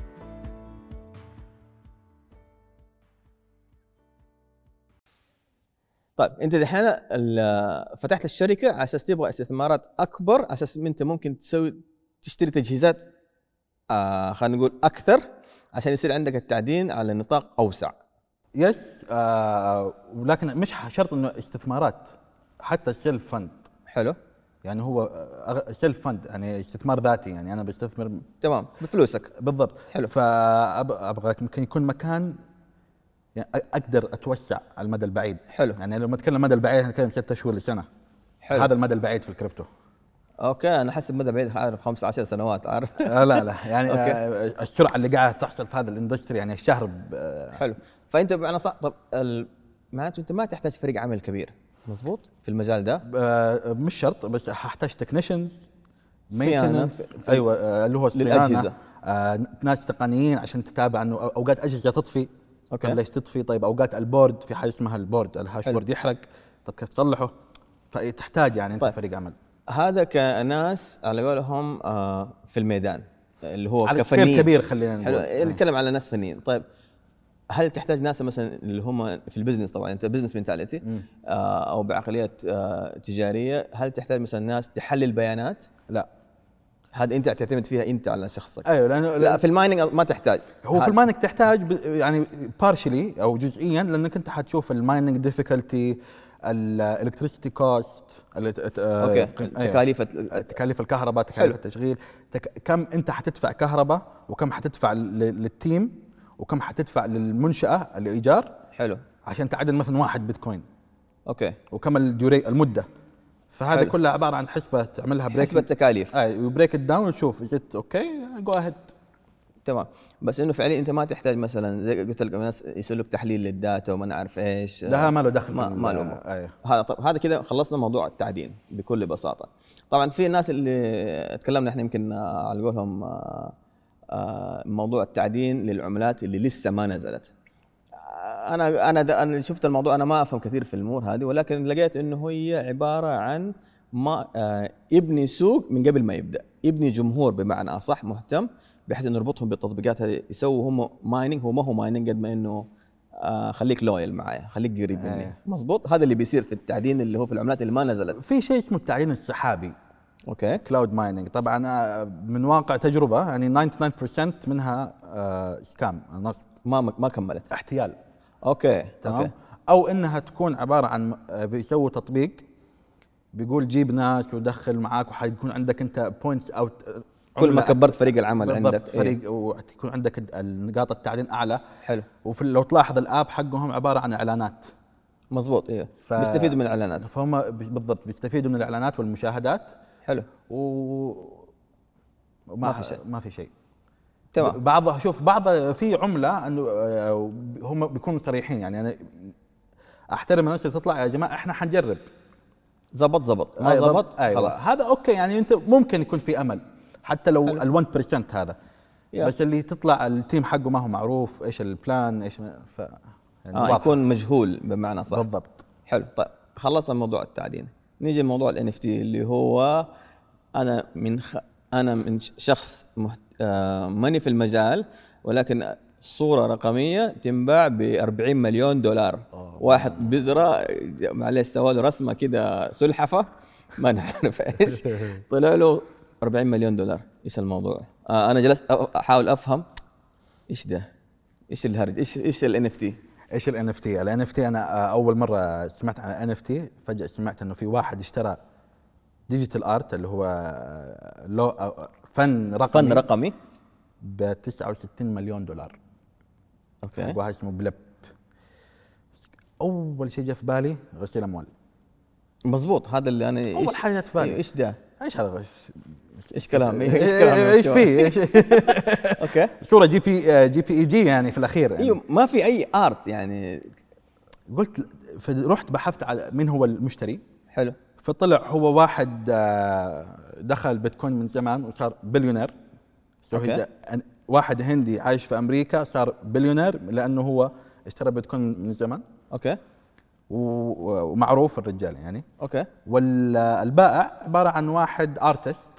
طيب انت دحين فتحت الشركة على اساس تبغى استثمارات اكبر على اساس انت ممكن تسوي تشتري تجهيزات آه خلينا نقول اكثر عشان يصير عندك التعدين على نطاق اوسع. يس. آه ولكن مش شرط انه استثمارات, حتى السيلف فند. حلو. يعني هو سيلف فند يعني استثمار ذاتي, يعني انا بستثمر تمام بفلوسك. بالضبط. حلو. فابغى ممكن يكون مكان يعني اقدر اتوسع على المدى البعيد. حلو. يعني لما اتكلم المدى البعيد نتكلم ستة شهور لسنه. حلو. هذا المدى البعيد في الكريبتو. اوكي انا حسب مدى بعيد عارف خمسة عشر سنوات عارف. لا لا يعني السرعه اللي قاعده تحصل في هذا الاندستري يعني الشهر. حلو. فانت انا صح. طب معناته انت ما تحتاج فريق عمل كبير مزبوط في المجال ده؟ مش شرط, بس هحتاج تكنيشنز صيانه. ايوه اللي هو الصيانه. آه ناس تقنيين عشان تتابع انه اوقات اجهزه تطفي. اوكي. ليش تطفي؟ طيب اوقات البورد في حاجه اسمها البورد الهاش بورد يحرق, طب كيف تصلحه؟ فتحتاج يعني انت طيب. فريق عمل. هذا كناس على قولهم آه في الميدان اللي هو على كفنيين كبير خلينا نقول. نتكلم على ناس فنيين. طيب هل تحتاج ناس مثلا اللي هم في البزنس, طبعا انت بزنس منتاليتي آه او بعقليات آه تجاريه, هل تحتاج مثلا ناس تحلل بيانات؟ لا هذا انت تعتمد فيها انت على شخصك. ايوه لانه لا في المايننج ما تحتاج. هو في المايننج تحتاج ب- يعني بارشلي او جزئيا، لانك انت حتشوف المايننج ديفيكولتي، الالكتريسيتي كوست، اوكي تكاليف تكاليف الكهرباء، تكاليف التشغيل، تك... كم انت حتدفع كهرباء، وكم حتدفع لل- للتيم، وكم حتدفع للمنشاه الايجار. حلو. عشان تعدل مثلا واحد بيتكوين. اوكي. وكم الديوري المده. فهذا حلو. كلها عباره عن حسبه تعملها بريك، حسبة تكاليف. اي وبريك داون وتشوف از ات اوكي جو اهيد. تمام. بس انه فعليا انت ما تحتاج مثلا زي قلت لك ناس يسوي لك تحليل للداتا وما نعرف ايش. ده ما له دخل ما, في ما له. أيه. هذا طب هذا كده خلصنا موضوع التعدين بكل بساطه. طبعا في ناس اللي تكلمنا احنا يمكن على قولهم موضوع التعدين للعملات اللي لسه ما نزلت. انا انا انا شفت الموضوع، انا ما افهم كثير في الامور هذه، ولكن لقيت انه هي عباره عن ما آه يبني سوق من قبل ما يبدا، يبني جمهور بمعنى اصح مهتم، بحيث انه يربطهم بالتطبيقات هذه، يسووا هم مايننج. هو ما هو مايننج قد ما انه آه خليك لويال معايا، خليك قريب مني. آه. مزبوط. هذا اللي بيصير في التعدين اللي هو في العملات اللي ما نزلت. في شيء اسمه التعدين السحابي. اوكي. كلاود مايننج طبعا من واقع تجربه يعني تسعة وتسعين بالمئة منها آه سكام، نصب، ما ما كملت. احتيال. اوكي تمام. أوكي. او انها تكون عباره عن بيسووا تطبيق بيقول جيب ناس ودخل معاك، وحيكون عندك انت بوينتس او كل ما كبرت فريق العمل عندك فريق إيه؟ وتكون عندك النقاط التعدين اعلى. حلو. وفي لو تلاحظ الاب حقهم عباره عن اعلانات. مظبوط. ايوه ف... بيستفيدوا من الاعلانات. فهم بالضبط بيستفيدوا من الاعلانات والمشاهدات. حلو. و ما في شيء. ما في شيء. تمام. بعض شوف بعض في عمله انه هم بيكونوا صريحين، يعني انا احترم الناس اللي تطلع يا جماعه احنا حنجرب. زبط زبط ما زبط أيوة. خلاص. هذا اوكي، يعني انت ممكن يكون في امل حتى لو ال واحد بالمئة هذا. يا. بس اللي تطلع التيم حقه ما هو معروف ايش البلان ايش ف يعني آه يكون مجهول بمعنى صح. بالضبط. حلو. طيب خلصنا موضوع التعدين، نيجي لموضوع الان اف تي اللي هو انا من خ... انا من شخص محت... آه ماني في المجال، ولكن صورة رقمية تنباع ب أربعين مليون دولار. أوه. واحد بزرة معلش سوى له رسمة كده سلحفة ما نعرف ايش، طلع له أربعين مليون دولار. ايش الموضوع؟ آه انا جلست احاول افهم ايش ده، ايش الهرج، ايش ايش الان اف تي؟ ايش الان اف تي؟ الان اف تي انا اول مرة سمعت عن الان اف تي فجأة سمعت انه في واحد اشترى ديجيتال ارت اللي هو لو فن رقمي فن رقمي ب تسعة وستين مليون دولار. اوكي. واحد اسمه بلب. اول شيء جاء في بالي غسيل اموال. مظبوط. هذا اللي انا اول حاجه جت في بالي ايش ده؟ ايش هذا؟ ايش كلام ايش كلام ايش في ايش اوكي. صوره جي بي جي بي اي جي يعني في الاخير يعني. ايوه ما في اي ارت يعني. قلت رحت بحثت على مين هو المشتري. حلو. فطلع هو واحد دخل بيتكوين من زمان وصار بليونير. اوكي. واحد هندي عايش في امريكا صار بليونير لانه هو اشترى بيتكوين من زمان. اوكي. ومعروف الرجال يعني. اوكي. والبائع عباره عن واحد ارتست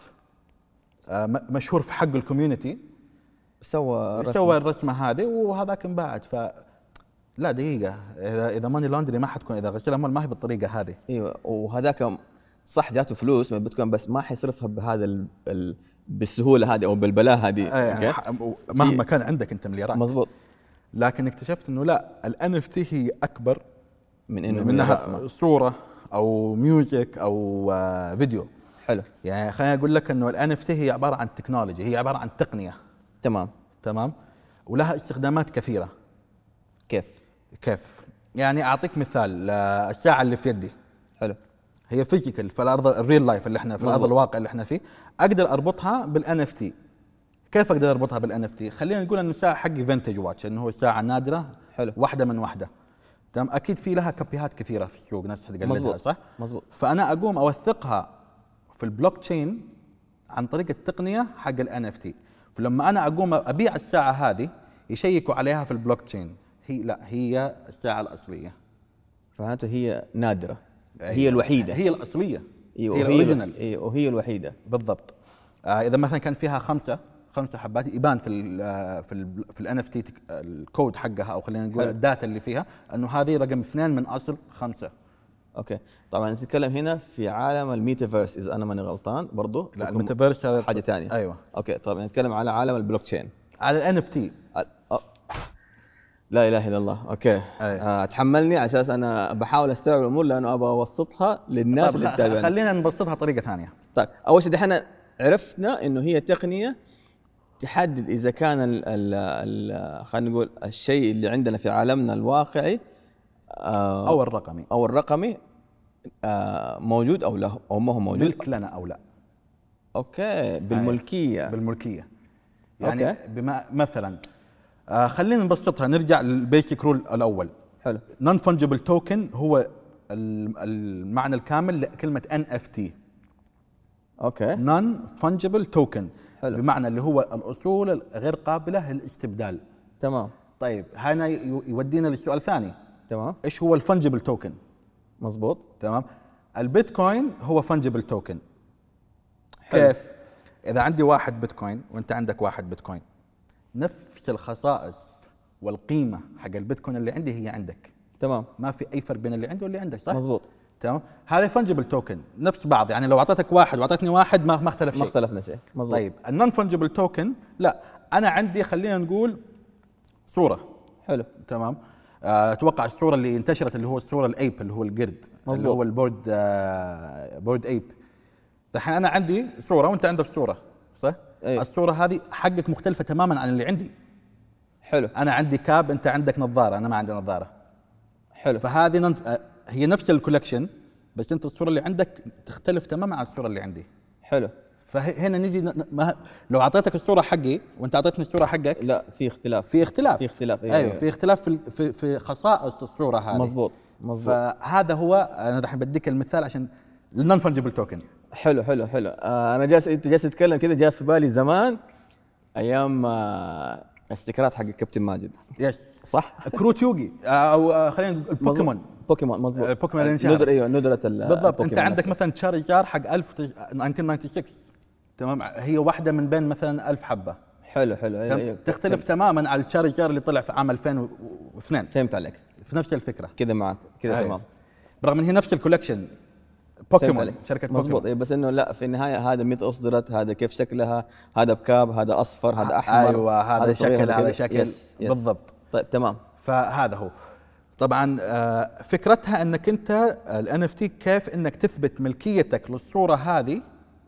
مشهور في حق الكوميونتي، سوى رسمه سوى الرسمه هذه وهذاك انباعت. ف لا دقيقه، اذا اذا ماني لاندري ما حتكون، اذا غسيل اموال ما هي بالطريقه هذه. ايوه وهذاك صح جاته فلوس من بتكون بس ما حيصرفها بهذا ال... ال... بالسهوله هذه او بالبلاء هذه. أيه مهما كان عندك انت مليارات. مزبوط. لكن اكتشفت انه لا، الان اف تي هي اكبر من انه منها رسمة. صوره او ميوزك او آه فيديو. حلو. يعني خليني اقول لك انه الان اف تي هي عباره عن تكنولوجي، هي عباره عن تقنيه. تمام. تمام. ولها استخدامات كثيره. كيف كيف يعني اعطيك مثال، الساعه اللي في يدي. حلو. هي فيزيكال في الارض الريل لايف اللي احنا في الارض الواقع اللي احنا فيه، اقدر اربطها بالان اف تي. كيف اقدر اربطها بالان اف تي؟ خلينا نقول ان الساعه حقي فينتج واتش، انه هو ساعه نادره. حلو. واحده من واحده. تمام. اكيد في لها كوبيات كثيره في السوق ناس تقلدها صح؟ مزبوط. فانا اقوم اوثقها في البلوك تشين عن طريق التقنيه حق الان اف تي. فلما انا اقوم ابيع الساعه هذه يشيكوا عليها في البلوك تشين، هي لا هي الساعه الاصليه. فهمت؟ هي نادره. أيوة. هي الوحيده. هي الاصليه. أيوة. هي الاوريجينال. ايوه وهي الوحيده بالضبط. آه اذا مثلا كان فيها خمسه خمسه حبات يبان في ال في ال في الان اف تي الكود حقها، او خلينا نقول الداتا اللي فيها انه هذه رقم اثنين من اصل خمسه. اوكي طبعا نتكلم هنا في عالم الميتافيرس اذا انا ماني غلطان برضو. لا الميتافيرس هذا حاجه ثانيه. ايوه اوكي طبعا نتكلم على عالم البلوك تشين، على الان اف تي. لا اله الا الله. اوكي آه، تحملني على اساس انا بحاول استوعب الامور لانه ابغى اوسطها للناس اللي تتابعنا. خلينا نبسطها طريقه ثانيه. طيب اول شيء دحين عرفنا انه هي تقنيه تحدد اذا كان ال ال خلينا نقول الشيء اللي عندنا في عالمنا الواقعي آه او الرقمي او الرقمي آه موجود او لا او ما هو موجود، ملك لنا او لا. اوكي بالملكيه. آه بالملكيه يعني أوكي. بما مثلا آه خلينا نبسطها، نرجع للبيسك رول الاول. حلو. نون فانجبل توكن هو المعنى الكامل لكلمه ان اف تي. اوكي. نون فانجبل توكن حلو. بمعنى اللي هو الاصول غير قابله للاستبدال. تمام. طيب هنا يودينا للسؤال الثاني. تمام. ايش هو الفانجبل توكن؟ مزبوط. تمام. البيتكوين هو فانجبل توكن. كيف؟ اذا عندي واحد بيتكوين وانت عندك واحد بيتكوين، نفس الخصائص والقيمه حق البيتكوين اللي عندي هي عندك. تمام. ما في اي فرق بين اللي عندي واللي عندك، صح؟ مزبوط. تمام. هذا فانجبل توكن نفس بعض، يعني لو اعطيتك واحد واعطيتني واحد ما ما اختلف شيء. ما اختلفنا شيء. مزبوط. طيب النون فانجبل توكن لا، انا عندي خلينا نقول صوره. حلو. تمام. آه، اتوقع الصوره اللي انتشرت اللي هو الصوره الايب اللي هو القرد. مزبوط. اللي هو البورد آه بورد ايب. الحين انا عندي صوره وانت عندك صوره، صح؟ أيوه. الصوره هذه حقك مختلفه تماما عن اللي عندي. حلو. انا عندي كاب، انت عندك نظاره، انا ما عندي نظاره. حلو. فهذه ننف... آه هي نفس الكولكشن، بس انت الصوره اللي عندك تختلف تماما عن الصوره اللي عندي. حلو. فهنا نجي ن... ما... لو اعطيتك الصوره حقي وانت اعطيتني الصوره حقك، لا في اختلاف. في اختلاف في اختلاف. ايوه, أيوه. في اختلاف في في, في خصائص الصوره هذه. مزبوط. مزبوط. فهذا هو، انا الحين بديك المثال عشان النون فانجبل توكن. حلو حلو حلو. آه انا جالس انت جالس تتكلم كذا، جاء في بالي زمان ايام آه استكرات حق الكابتن ماجد. يس صح. كروت يوغي او آه خلينا نقول البوكيمون. بوكيمون مزبوط. البوكيمون اللي انشهر. ندرة ايوه ندرة بالضبط. انت عندك مثلا تشارجار حق ألف وتسعمائة وستة وتسعين. تمام. هي واحده من بين مثلا ألف حبه. حلو حلو. أيوة أيوة. تختلف فهمت. تماما على التشارجار اللي طلع في عام ألفين واثنين. فهمت عليك. في نفس الفكره كذا معك كذا. أيوة. تمام. برغم ان هي نفس الكولكشن بوكيمون، شركه بوكيمون. مزبوط. اي بس انه لا، في النهايه هذا متى اصدرت، هذا كيف شكلها، هذا بكاب، هذا اصفر، هذا احمر. ايوه هذا, هذا شكل، هذا شكل. يس. يس. بالضبط. طيب تمام. فهذا هو. طبعا آه فكرتها انك انت الان اف تي كيف انك تثبت ملكيتك للصوره هذه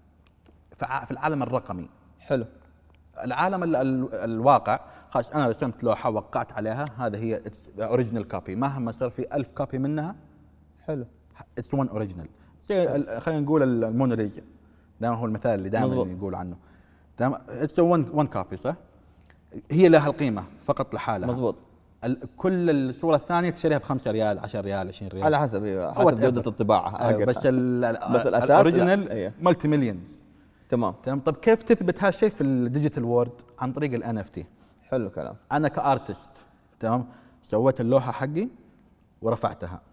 في العالم الرقمي. حلو. العالم ال ال الواقع خلاص انا رسمت لوحه وقعت عليها، هذا هي اوريجينال كوبي، مهما صار في ألف كوبي منها. حلو. اتس ون اوريجينال. خلينا نقول الموناليزا، دائما هو المثال اللي دائما يقول عنه. تمام. اتس ون ون كوبي، صح؟ هي لها القيمه فقط لحالها. مزبوط. كل الصوره الثانيه تشتريها ب خمسة ريال، عشرة ريال، عشرين ريال على حسب. ايوه حسب جوده الطباعه. أيوة. بس بس الاساس الاوريجينال أيوة. ملتي مليونز. تمام. تمام. طب كيف تثبت هالشيء في الديجيتال وورد؟ عن طريق الان اف تي. حلو كلام. انا كارتست تمام سويت اللوحه حقي ورفعتها.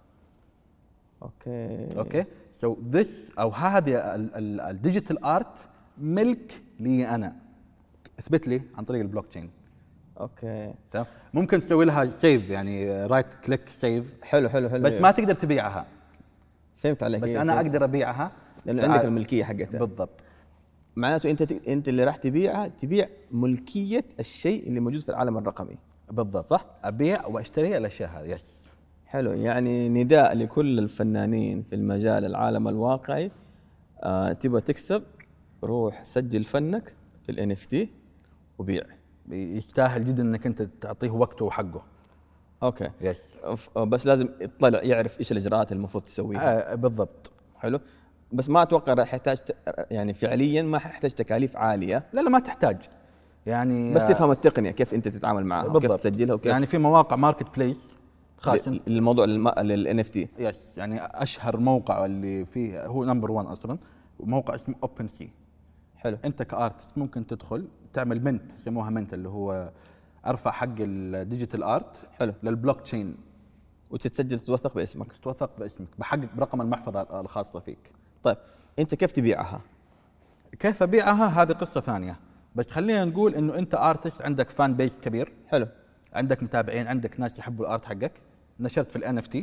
اوكي اوكي سو ذس او هذه الديجيتال ارت ملك لي انا، اثبت لي عن طريق البلوك تشين. اوكي تمام. ممكن تسوي لها سيف، يعني رايت كليك سيف. حلو حلو حلو. بس ما تقدر تبيعها. فهمت عليك. بس انا اقدر ابيعها لانه عندك الملكيه حقتها. بالضبط. معناته انت انت اللي راح تبيعها، تبيع ملكيه الشيء اللي موجود في العالم الرقمي. بالضبط. صح. ابيع واشتري الاشياء هذه. يس. حلو. يعني نداء لكل الفنانين في المجال العالم الواقعي، آه تبغى تكسب روح سجل فنك في الان اف تي وبيع. يستاهل جدا انك انت تعطيه وقته وحقه. اوكي. يس. بس لازم يطلع يعرف ايش الاجراءات المفروض تسويها. آه بالضبط. حلو. بس ما اتوقع راح يحتاج يعني فعليا ما يحتاج تكاليف عاليه. لا لا ما تحتاج يعني، بس تفهم التقنيه كيف انت تتعامل معها وكيف تسجلها وكيف يعني في مواقع ماركت بليس خاص للموضوع للان اف تي. يس. يعني اشهر موقع اللي فيه هو نمبر واحد اصلا، موقع اسمه اوبن سي. حلو. انت كارتست ممكن تدخل تعمل منت، يسموها منت، اللي هو ارفع حق الديجيتال ارت. حلو. للبلوك تشين وتتسجل تتوثق باسمك. تتوثق باسمك بحق برقم المحفظه الخاصه فيك. طيب انت كيف تبيعها؟ كيف ابيعها هذه قصه ثانيه، بس خلينا نقول انه انت ارتست عندك فان بيس كبير. حلو. عندك متابعين، عندك ناس يحبوا الارت حقك، نشرت في الان اف تي.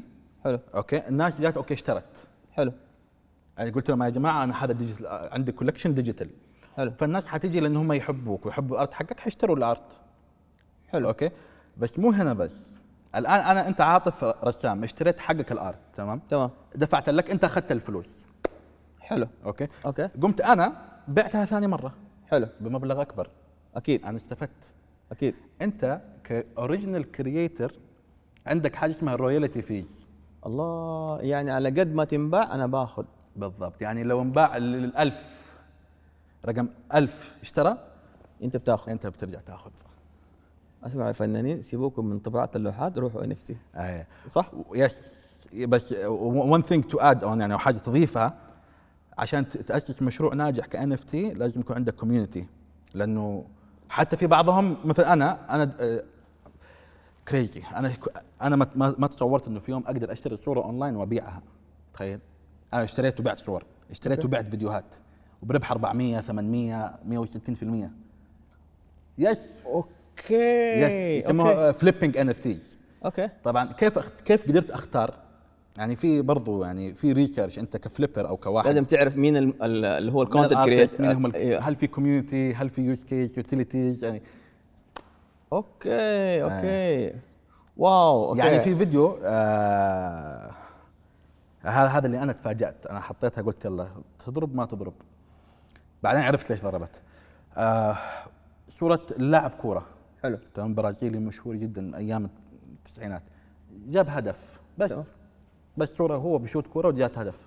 حلو. اوكي الناس جات اوكي اشترت. حلو. يعني قلت لهم يا جماعه انا هذا ديجيتال، عندي كولكشن ديجيتال. حلو. فالناس حتيجي لان هم يحبوك ويحبوا الارت حقك حيشتروا الارت. حلو. اوكي بس مو هنا بس. الان انا انت عاطف رسام اشتريت حقك الارت تمام تمام. دفعت لك انت اخذت الفلوس. حلو. اوكي اوكي. قمت انا بعتها ثاني مره حلو. بمبلغ اكبر. اكيد. انا استفدت. اكيد. انت كاوريجينال كرييتر عندك حاجه اسمها الرويالتي فيز. الله، يعني على قد ما تنباع انا باخذ. بالضبط. يعني لو انباع الألف رقم ألف اشترى انت بتاخذ. انت بترجع تاخذ. اسمع يا فنانين، سيبوكم من طباعه اللوحات، روحوا ان اف تي. ايه صح. يس. بس one thing to add on يعني حاجه تضيفها، عشان تاسس مشروع ناجح كان اف تي لازم يكون عندك كوميونتي. لانه حتى في بعضهم مثل انا انا كريزي، انا انا ما ما تصورت انه في يوم اقدر اشتري صوره اونلاين وابيعها. تخيل انا اشتريت وبعت صور، اشتريت وبعت فيديوهات وبربح أربعمية ثمانمية مية وستين بالمية. يس. اوكي. يس يسموها فليبينج ان اف تيز. اوكي. طبعا كيف أخت... كيف قدرت اختار؟ يعني في برضو يعني في ريسيرش، انت كفليبر او كواحد لازم تعرف مين ال- ال- اللي هو الكونتنت كريتور، مين هم ال... هل في كوميونتي، هل في يوز كيس، يوتيليتيز يعني. اوكي. اوكي. آه. واو. أوكي. يعني في فيديو آه... هذا هذا اللي انا تفاجأت، انا حطيتها قلت يلا تضرب ما تضرب. بعدين عرفت ليش ضربت. آه... صورة لاعب كورة. حلو. تمام. برازيلي مشهور جدا ايام التسعينات، جاب هدف بس تمام. بس صورة هو بشوت كورة وجات هدف.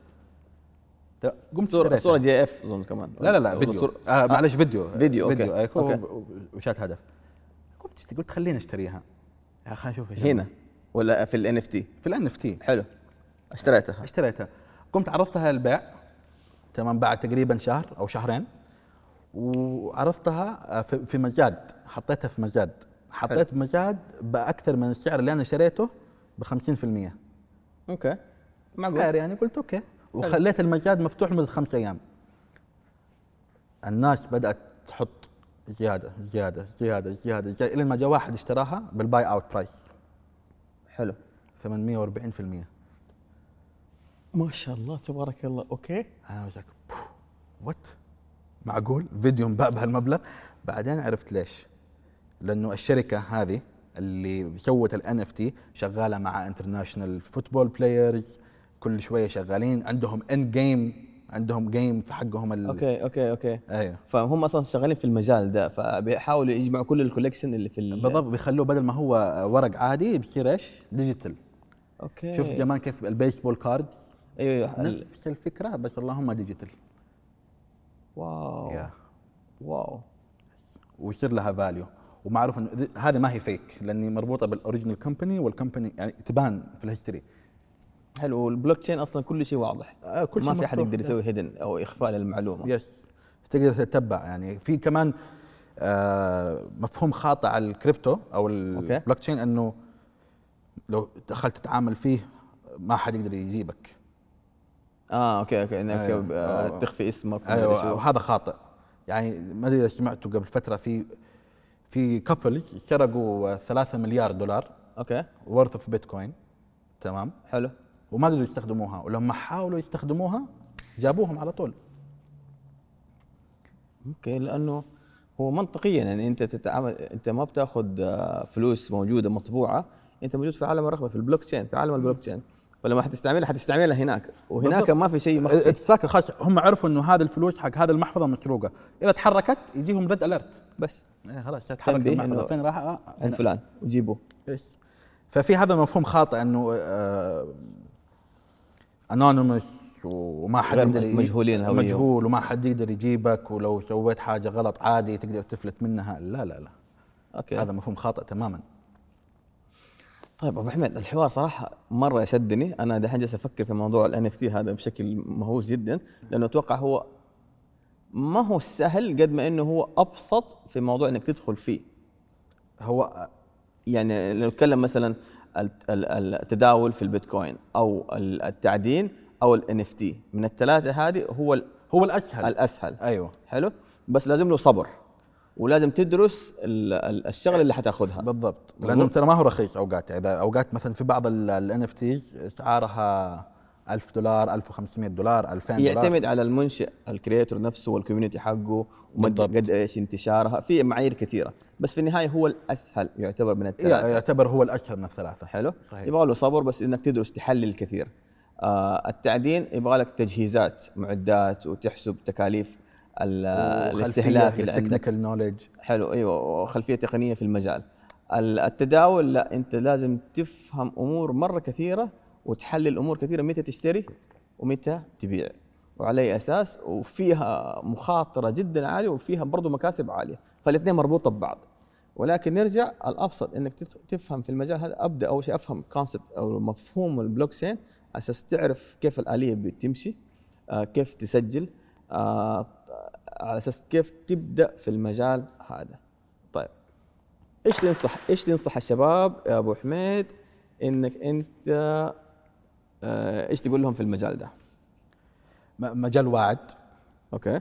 قمت صورة صورة جي اف اظن كمان. لا لا لا فيديو. صورة آه معلش فيديو فيديو. فيديو اوكي, أوكي. أوكي. وشات هدف. قمت قلت خليني اشتريها يا اخي اشوف ايش هنا ولا في الان اف تي. في الان اف تي. حلو. اشتريتها اشتريتها قمت عرضتها للبيع تمام بعد تقريبا شهر او شهرين، وعرضتها في مزاد، حطيتها في مزاد، حطيت مزاد باكثر من السعر اللي انا شريته ب خمسين بالمية. اوكي معقول يعني قلت اوكي، وخليت المزاد مفتوح لمده خمس ايام. الناس بدات تحط زياده زياده زياده زياده, زيادة الى ما جاء واحد اشتراها بالباي اوت برايس. حلو. ثمانمية وأربعين بالمية. ما شاء الله تبارك الله. اوكي. انا وجهك وات، معقول فيديو انباع بهالمبلغ؟ بعدين عرفت ليش. لانه الشركه هذه اللي سوت الان اف تي شغاله مع انترناشونال فوتبول بلايرز، كل شويه شغالين عندهم ان جيم، عندهم جيم في حقهم ال... اوكي اوكي اوكي ايوه. فهم اصلا شغالين في المجال ده، فبيحاولوا يجمعوا كل الكوليكشن اللي في ال... بالضبط، بيخلوه بدل ما هو ورق عادي بيصير ايش؟ ديجيتال. اوكي. شفت زمان كيف البيسبول كاردز؟ ايوه نفس الفكره بس اللهم ديجيتال. واو. yeah. واو. ويصير لها فاليو، ومعروف انه هذه ما هي فيك لاني مربوطه بالاوريجينال كومباني، والكومباني يعني تبان في الهيستوري. حلو. والبلوك تشين اصلا كل شيء واضح. آه كل ما شيء في احد يقدر يسوي هيدن او اخفاء للمعلومه. يس تقدر تتبع. يعني في كمان آه مفهوم خاطئ على الكريبتو او البلوك تشين، انه لو دخلت تتعامل فيه ما حد يقدر يجيبك. اه اوكي اوكي انك أيوة. تخفي اسمك. ايوه وهذا خاطئ. يعني ما ادري اذا سمعتوا قبل فتره في في كابلز سرقوا ثلاثة مليار دولار اوكي ورث اوف بيتكوين. تمام. حلو. وما قدروا يستخدموها، ولما حاولوا يستخدموها جابوهم على طول. اوكي. لانه هو منطقيا يعني انت تتعامل، انت ما بتاخذ فلوس موجوده مطبوعه، انت موجود في عالم الرقمي، في البلوك تشين، في عالم البلوك تشين، فلما حتستعملها حتستعملها هناك، وهناك بالضبط. ما في شيء مخفي. اتساكر خلاص، هم عرفوا انه هذا الفلوس حق هذا المحفظه مسروقه، اذا تحركت يجيهم ريد اليرت بس. ايه خلاص تحرك المحفظه فين راح؟ آه عند فلان وجيبوه. بس ففي هذا مفهوم خاطئ انه انونيمس وما حد يقدر مجهولين الهويه، مجهول وما حد يقدر يجيبك، ولو سويت حاجه غلط عادي تقدر تفلت منها. لا لا لا اوكي. هذا مفهوم خاطئ تماما. طيب ابو حميد، الحوار صراحه مره شدني، انا دحين جالس افكر في موضوع الان اف تي هذا بشكل مهووس جدا، لانه اتوقع هو ما هو سهل قد ما انه هو ابسط في موضوع انك تدخل فيه. هو يعني لو نتكلم مثلا التداول في البيتكوين او التعدين او الان اف تي، من الثلاثه هذه هو هو الاسهل الاسهل. ايوه حلو، بس لازم له صبر ولازم تدرس ال- ال- الشغله اللي حتاخذها. بالضبط، لانه ترى ما هو رخيص اوقات. اذا اوقات مثلا في بعض الان اف تيز اسعارها ألف دولار، ألف وخمسمائة دولار، ألفين دولار. يعتمد على المنشئ الكرياتور نفسه والكوميونتي حقه وقد قد ايش انتشارها، في معايير كثيره، بس في النهايه هو الاسهل يعتبر من الثلاثه. يعتبر هو الاشهر من الثلاثه. حلو. صحيح. يبغى له صبر، بس انك تدرس تحلل كثير. آه التعدين يبغى لك تجهيزات، معدات، وتحسب تكاليف الاستهلاك اللي عندك. تكنيكال نوليدج. حلو، ايوه، وخلفيه تقنيه في المجال. التداول لا، انت لازم تفهم امور مره كثيره وتحلل امور كثيره، متى تشتري ومتى تبيع وعلى اي اساس، وفيها مخاطره جدا عاليه وفيها برضو مكاسب عاليه، فالاثنين مربوطه ببعض. ولكن نرجع الابسط انك تفهم في المجال هذا. ابدا اول شيء افهم كونسبت او مفهوم البلوك تشين على اساس تعرف كيف الاليه بتمشي، آه كيف تسجل، آه على اساس كيف تبدا في المجال هذا. طيب ايش تنصح ايش تنصح الشباب يا ابو حميد انك انت آه ايش تقول لهم في المجال ده؟ مجال واعد. اوكي.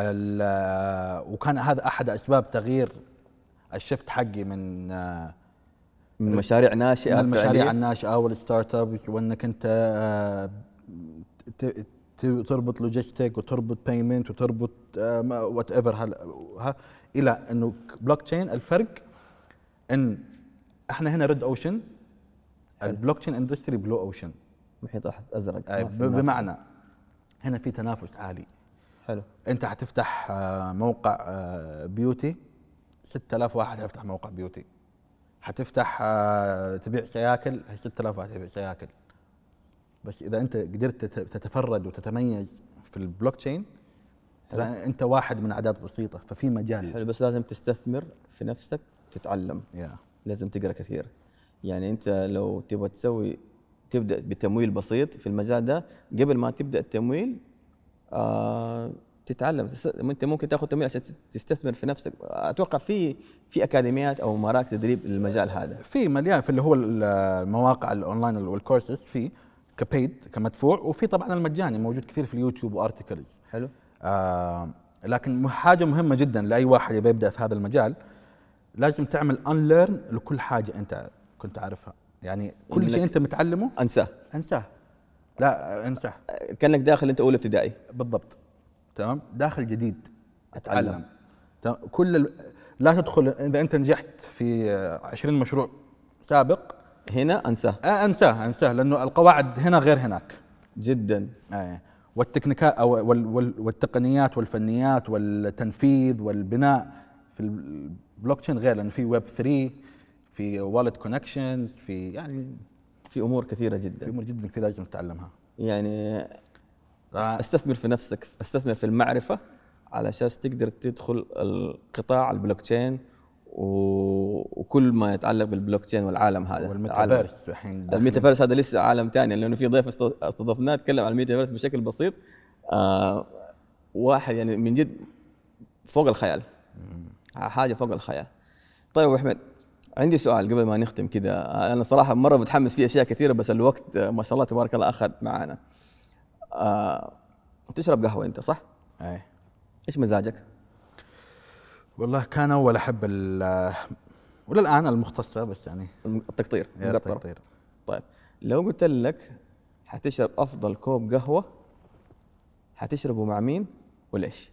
وكان هذا احد اسباب تغيير الشفت حقي من من مشاريع ناشئه، من المشاريع الناشئه والستارت ابس، وانك انت تربط لوجيستيك وتربط بيمنت وتربط وات ايفر، الى انه بلوك تشين. الفرق ان احنا هنا ريد اوشن، البلوك تشين اندستري بلو اوشن، محيط ازرق. بمعنى هنا في تنافس عالي. حلو. انت حتفتح موقع بيوتي، ستة آلاف واحد حيفتح موقع بيوتي. حتفتح تبيع سياكل، ستة آلاف واحد يبيع سياكل. بس اذا انت قدرت تتفرد وتتميز في البلوك تشين، ترى انت واحد من اعداد بسيطه، ففي مجال. حلو، بس لازم تستثمر في نفسك وتتعلم. yeah. لازم تقرا كثير. يعني انت لو تبغى تسوي تبدا بتمويل بسيط في المجال ده، قبل ما تبدا التمويل آه تتعلم. انت ممكن تاخذ تمويل عشان تستثمر في نفسك. اتوقع في في اكاديميات او مراكز تدريب للمجال هذا، في مليان، في اللي هو المواقع الاونلاين والكورسز، في كبيد كمدفوع، وفي طبعا المجاني موجود كثير في اليوتيوب وارتكلز. حلو. آه لكن حاجه مهمه جدا لاي واحد يبي يبدا في هذا المجال، لازم تعمل انليرن لكل حاجه انت كنت عارفها. يعني كل شيء انت متعلمه انساه انساه لا انساه كانك داخل انت اولى ابتدائي. بالضبط. تمام. داخل جديد اتعلم. تمام. كل ال... لا تدخل اذا انت نجحت في عشرين مشروع سابق، هنا انساه. آه انساه انساه لانه القواعد هنا غير هناك جدا. آه. والتكنيكات او وال... وال... والتقنيات والفنيات والتنفيذ والبناء في البلوك تشين غير، لانه في ويب ثلاثة، في والت كونكشنز، في يعني في امور كثيره جدا، في امور جدا كثير لازم تتعلمها. يعني استثمر في نفسك، استثمر في المعرفه على اساس تقدر تدخل القطاع البلوك تشين وكل ما يتعلق بالبلوك تشين والعالم هذا. والميتافيرس الحين، الميتافيرس هذا لسه عالم ثاني، لانه في ضيف استضفناه تكلم عن الميتافيرس بشكل بسيط. آه واحد يعني من جد فوق الخيال، حاجه فوق الخيال. طيب ابو احمد، عندي سؤال قبل ما نختم كذا. انا صراحه مره بتحمس فيه اشياء كثيره، بس الوقت ما شاء الله تبارك الله اخذ معانا. آه، تشرب قهوه انت صح؟ اي. ايش مزاجك؟ والله كان اول احب ال ولا الان المختصه، بس يعني التقطير التقطير. طيب لو قلت لك حتشرب افضل كوب قهوه، حتشربه مع مين وليش؟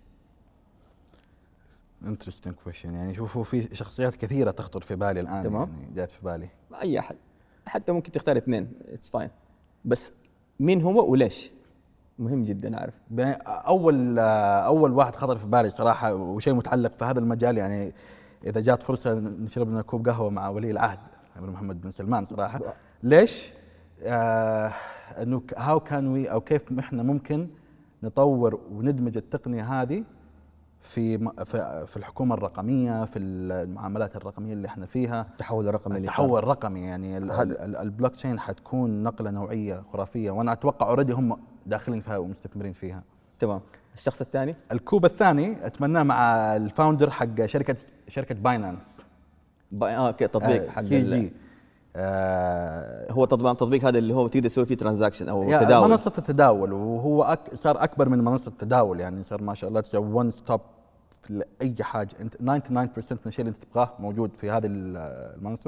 انترستنج كويشن. يعني شوفوا في شخصيات كثيره تخطر في بالي الان. تمام. يعني جات في بالي اي احد، حتى ممكن تختار اثنين، اتس فاين، بس مين هو وليش؟ مهم جدا اعرف. اول اول واحد خطر في بالي صراحه، وشيء متعلق في هذا المجال. يعني اذا جات فرصه نشرب لنا كوب قهوه مع ولي العهد امير محمد بن سلمان صراحه. ليش؟ آه انه هاو كان وي او كيف احنا ممكن نطور وندمج التقنيه هذه في في الحكومه الرقميه، في المعاملات الرقميه اللي احنا فيها. التحول الرقمي اللي التحول الرقمي يعني البلوك تشين حتكون نقله نوعيه خرافيه، وانا اتوقع اوريدي هم داخلين فيها ومستثمرين فيها. تمام. الشخص الثاني؟ الكوب الثاني اتمناه مع الفاوندر حق شركه شركه باينانس. باي اه اوكي تطبيق آه حق سي جي. آه هو تطبيق التطبيق هذا اللي هو تقدر تسوي فيه ترانزاكشن او تداول. منصه التداول، وهو أك صار اكبر من منصه التداول. يعني صار ما شاء الله تسوي ون ستوب لاي حاجه. انت تسعة وتسعين بالمئة من الشيء اللي انت تبغاه موجود في هذه المنصه.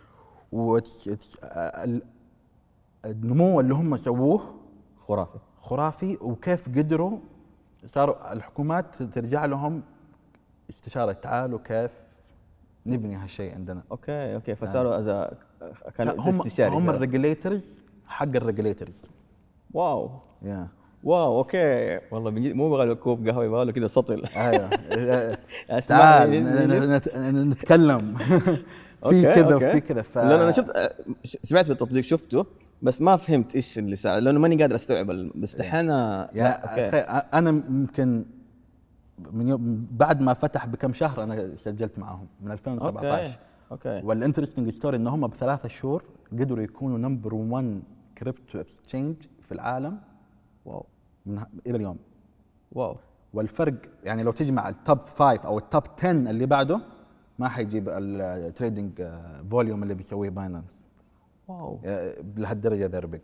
والنمو اللي هم سووه خرافي خرافي، وكيف قدروا صاروا الحكومات ترجع لهم استشاره، تعالوا كيف نبني هالشيء عندنا. اوكي اوكي فصاروا آه. كان هم استشاري هم الريجليترز حق الريجليترز. واو يا واو اوكي والله بنجي مو بغى له كوب قهوه، يبغى له كذا سطل. ايوه تعال نتكلم في كذا وفي كذا. ف... لأن انا شفت سمعت بالتطبيق شفته بس ما فهمت ايش اللي صار، لانه ماني قادر استوعب الاستحانه. يا انا يمكن من يوم بعد ما فتح بكم شهر انا سجلت معاهم من ألفين وسبعة عشر. اوكي اوكي والانترستنج ستوري ان هم بثلاثة شهور قدروا يكونوا نمبر واحد كريبتو اكسشينج في العالم. واو من الى اليوم. واو والفرق يعني لو تجمع التوب خمسة او التوب عشرة اللي بعده ما حيجيب التريدنج فوليوم اللي بيسويه باينانس. واو لهالدرجه ذا بيج.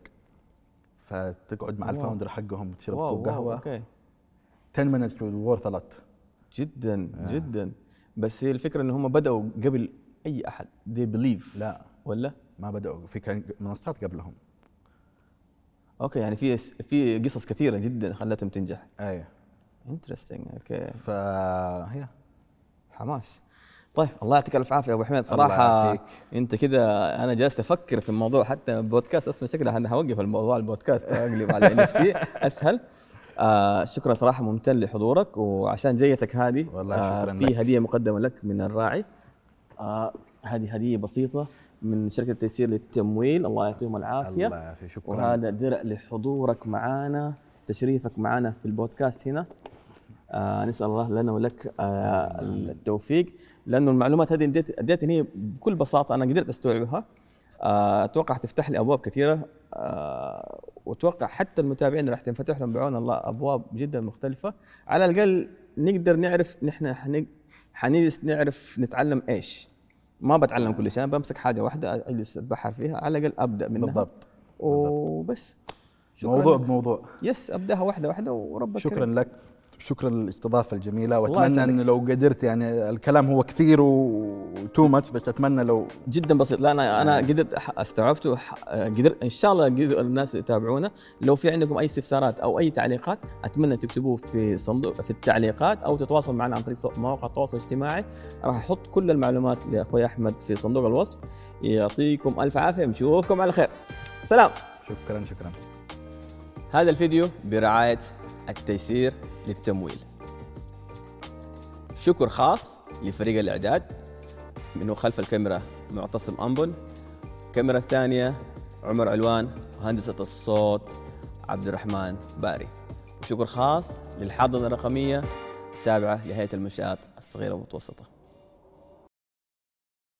فتقعد مع الفاوندر حقهم تشرب كوب قهوه. اوكي عشرة minutes worth a lot. جدا آه. جدا. بس هي الفكره ان هم بداوا قبل اي احد. they believe. لا ولا ما بداوا، في كان منصات قبلهم. اوكي يعني في في قصص كثيره جدا خلتهم تنجح. ايوه انترستنج. اوكي فهي حماس. طيب الله يعطيك الف عافيه يا ابو حميد صراحه. انت كده انا جالس افكر في الموضوع، حتى بودكاست اسمه شكله انا هوقف الموضوع البودكاست اقلب على ان اف تي اسهل. آه شكرا صراحه ممتن لحضورك وعشان جيتك هذه. والله شكرا آه في لك. هديه مقدمه لك من الراعي. آه هذه هديه بسيطه من شركه تيسير للتمويل، الله يعطيهم العافيه. الله يعافيك. شكرا. وهذا درع لحضورك معنا، تشريفك معنا في البودكاست هنا. آه نسأل الله لنا ولك آه التوفيق، لأنه المعلومات هذه اديت اديتني بكل بساطة أنا قدرت أستوعبها. آه أتوقع تفتح لي أبواب كثيرة. آه وأتوقع حتى المتابعين راح تنفتح لهم بعون الله أبواب جدا مختلفة. على الأقل نقدر نعرف نحن حنجلس نعرف نتعلم إيش. ما بتعلم كل شيء، بمسك حاجة واحدة أجلس أتبحر فيها، على الأقل أبدأ منها. بالضبط. وبس. موضوع بموضوع. يس أبدأها واحدة واحدة وربك شكرا كريم. لك. شكرا للاستضافه الجميله، واتمنى ان لو قدرت يعني الكلام هو كثير وتو ماتش، بس اتمنى لو جدا بسيط. لا انا انا قدرت استوعبته، قدرت ان شاء الله قدر الناس يتابعونا. لو في عندكم اي استفسارات او اي تعليقات اتمنى تكتبوه في صندوق في التعليقات او تتواصلوا معنا عن طريق مواقع التواصل الاجتماعي. راح احط كل المعلومات لاخوي احمد في صندوق الوصف. يعطيكم الف عافيه، نشوفكم على خير. سلام. شكرا شكرا. هذا الفيديو برعايه التيسير للتمويل. شكر خاص لفريق الإعداد منه خلف الكاميرا معتصم أنبل، الكاميرا الثانية عمر علوان، وهندسة الصوت عبد الرحمن باري. وشكر خاص للحاضنة الرقمية التابعة لهيئة المنشآت الصغيرة والمتوسطة.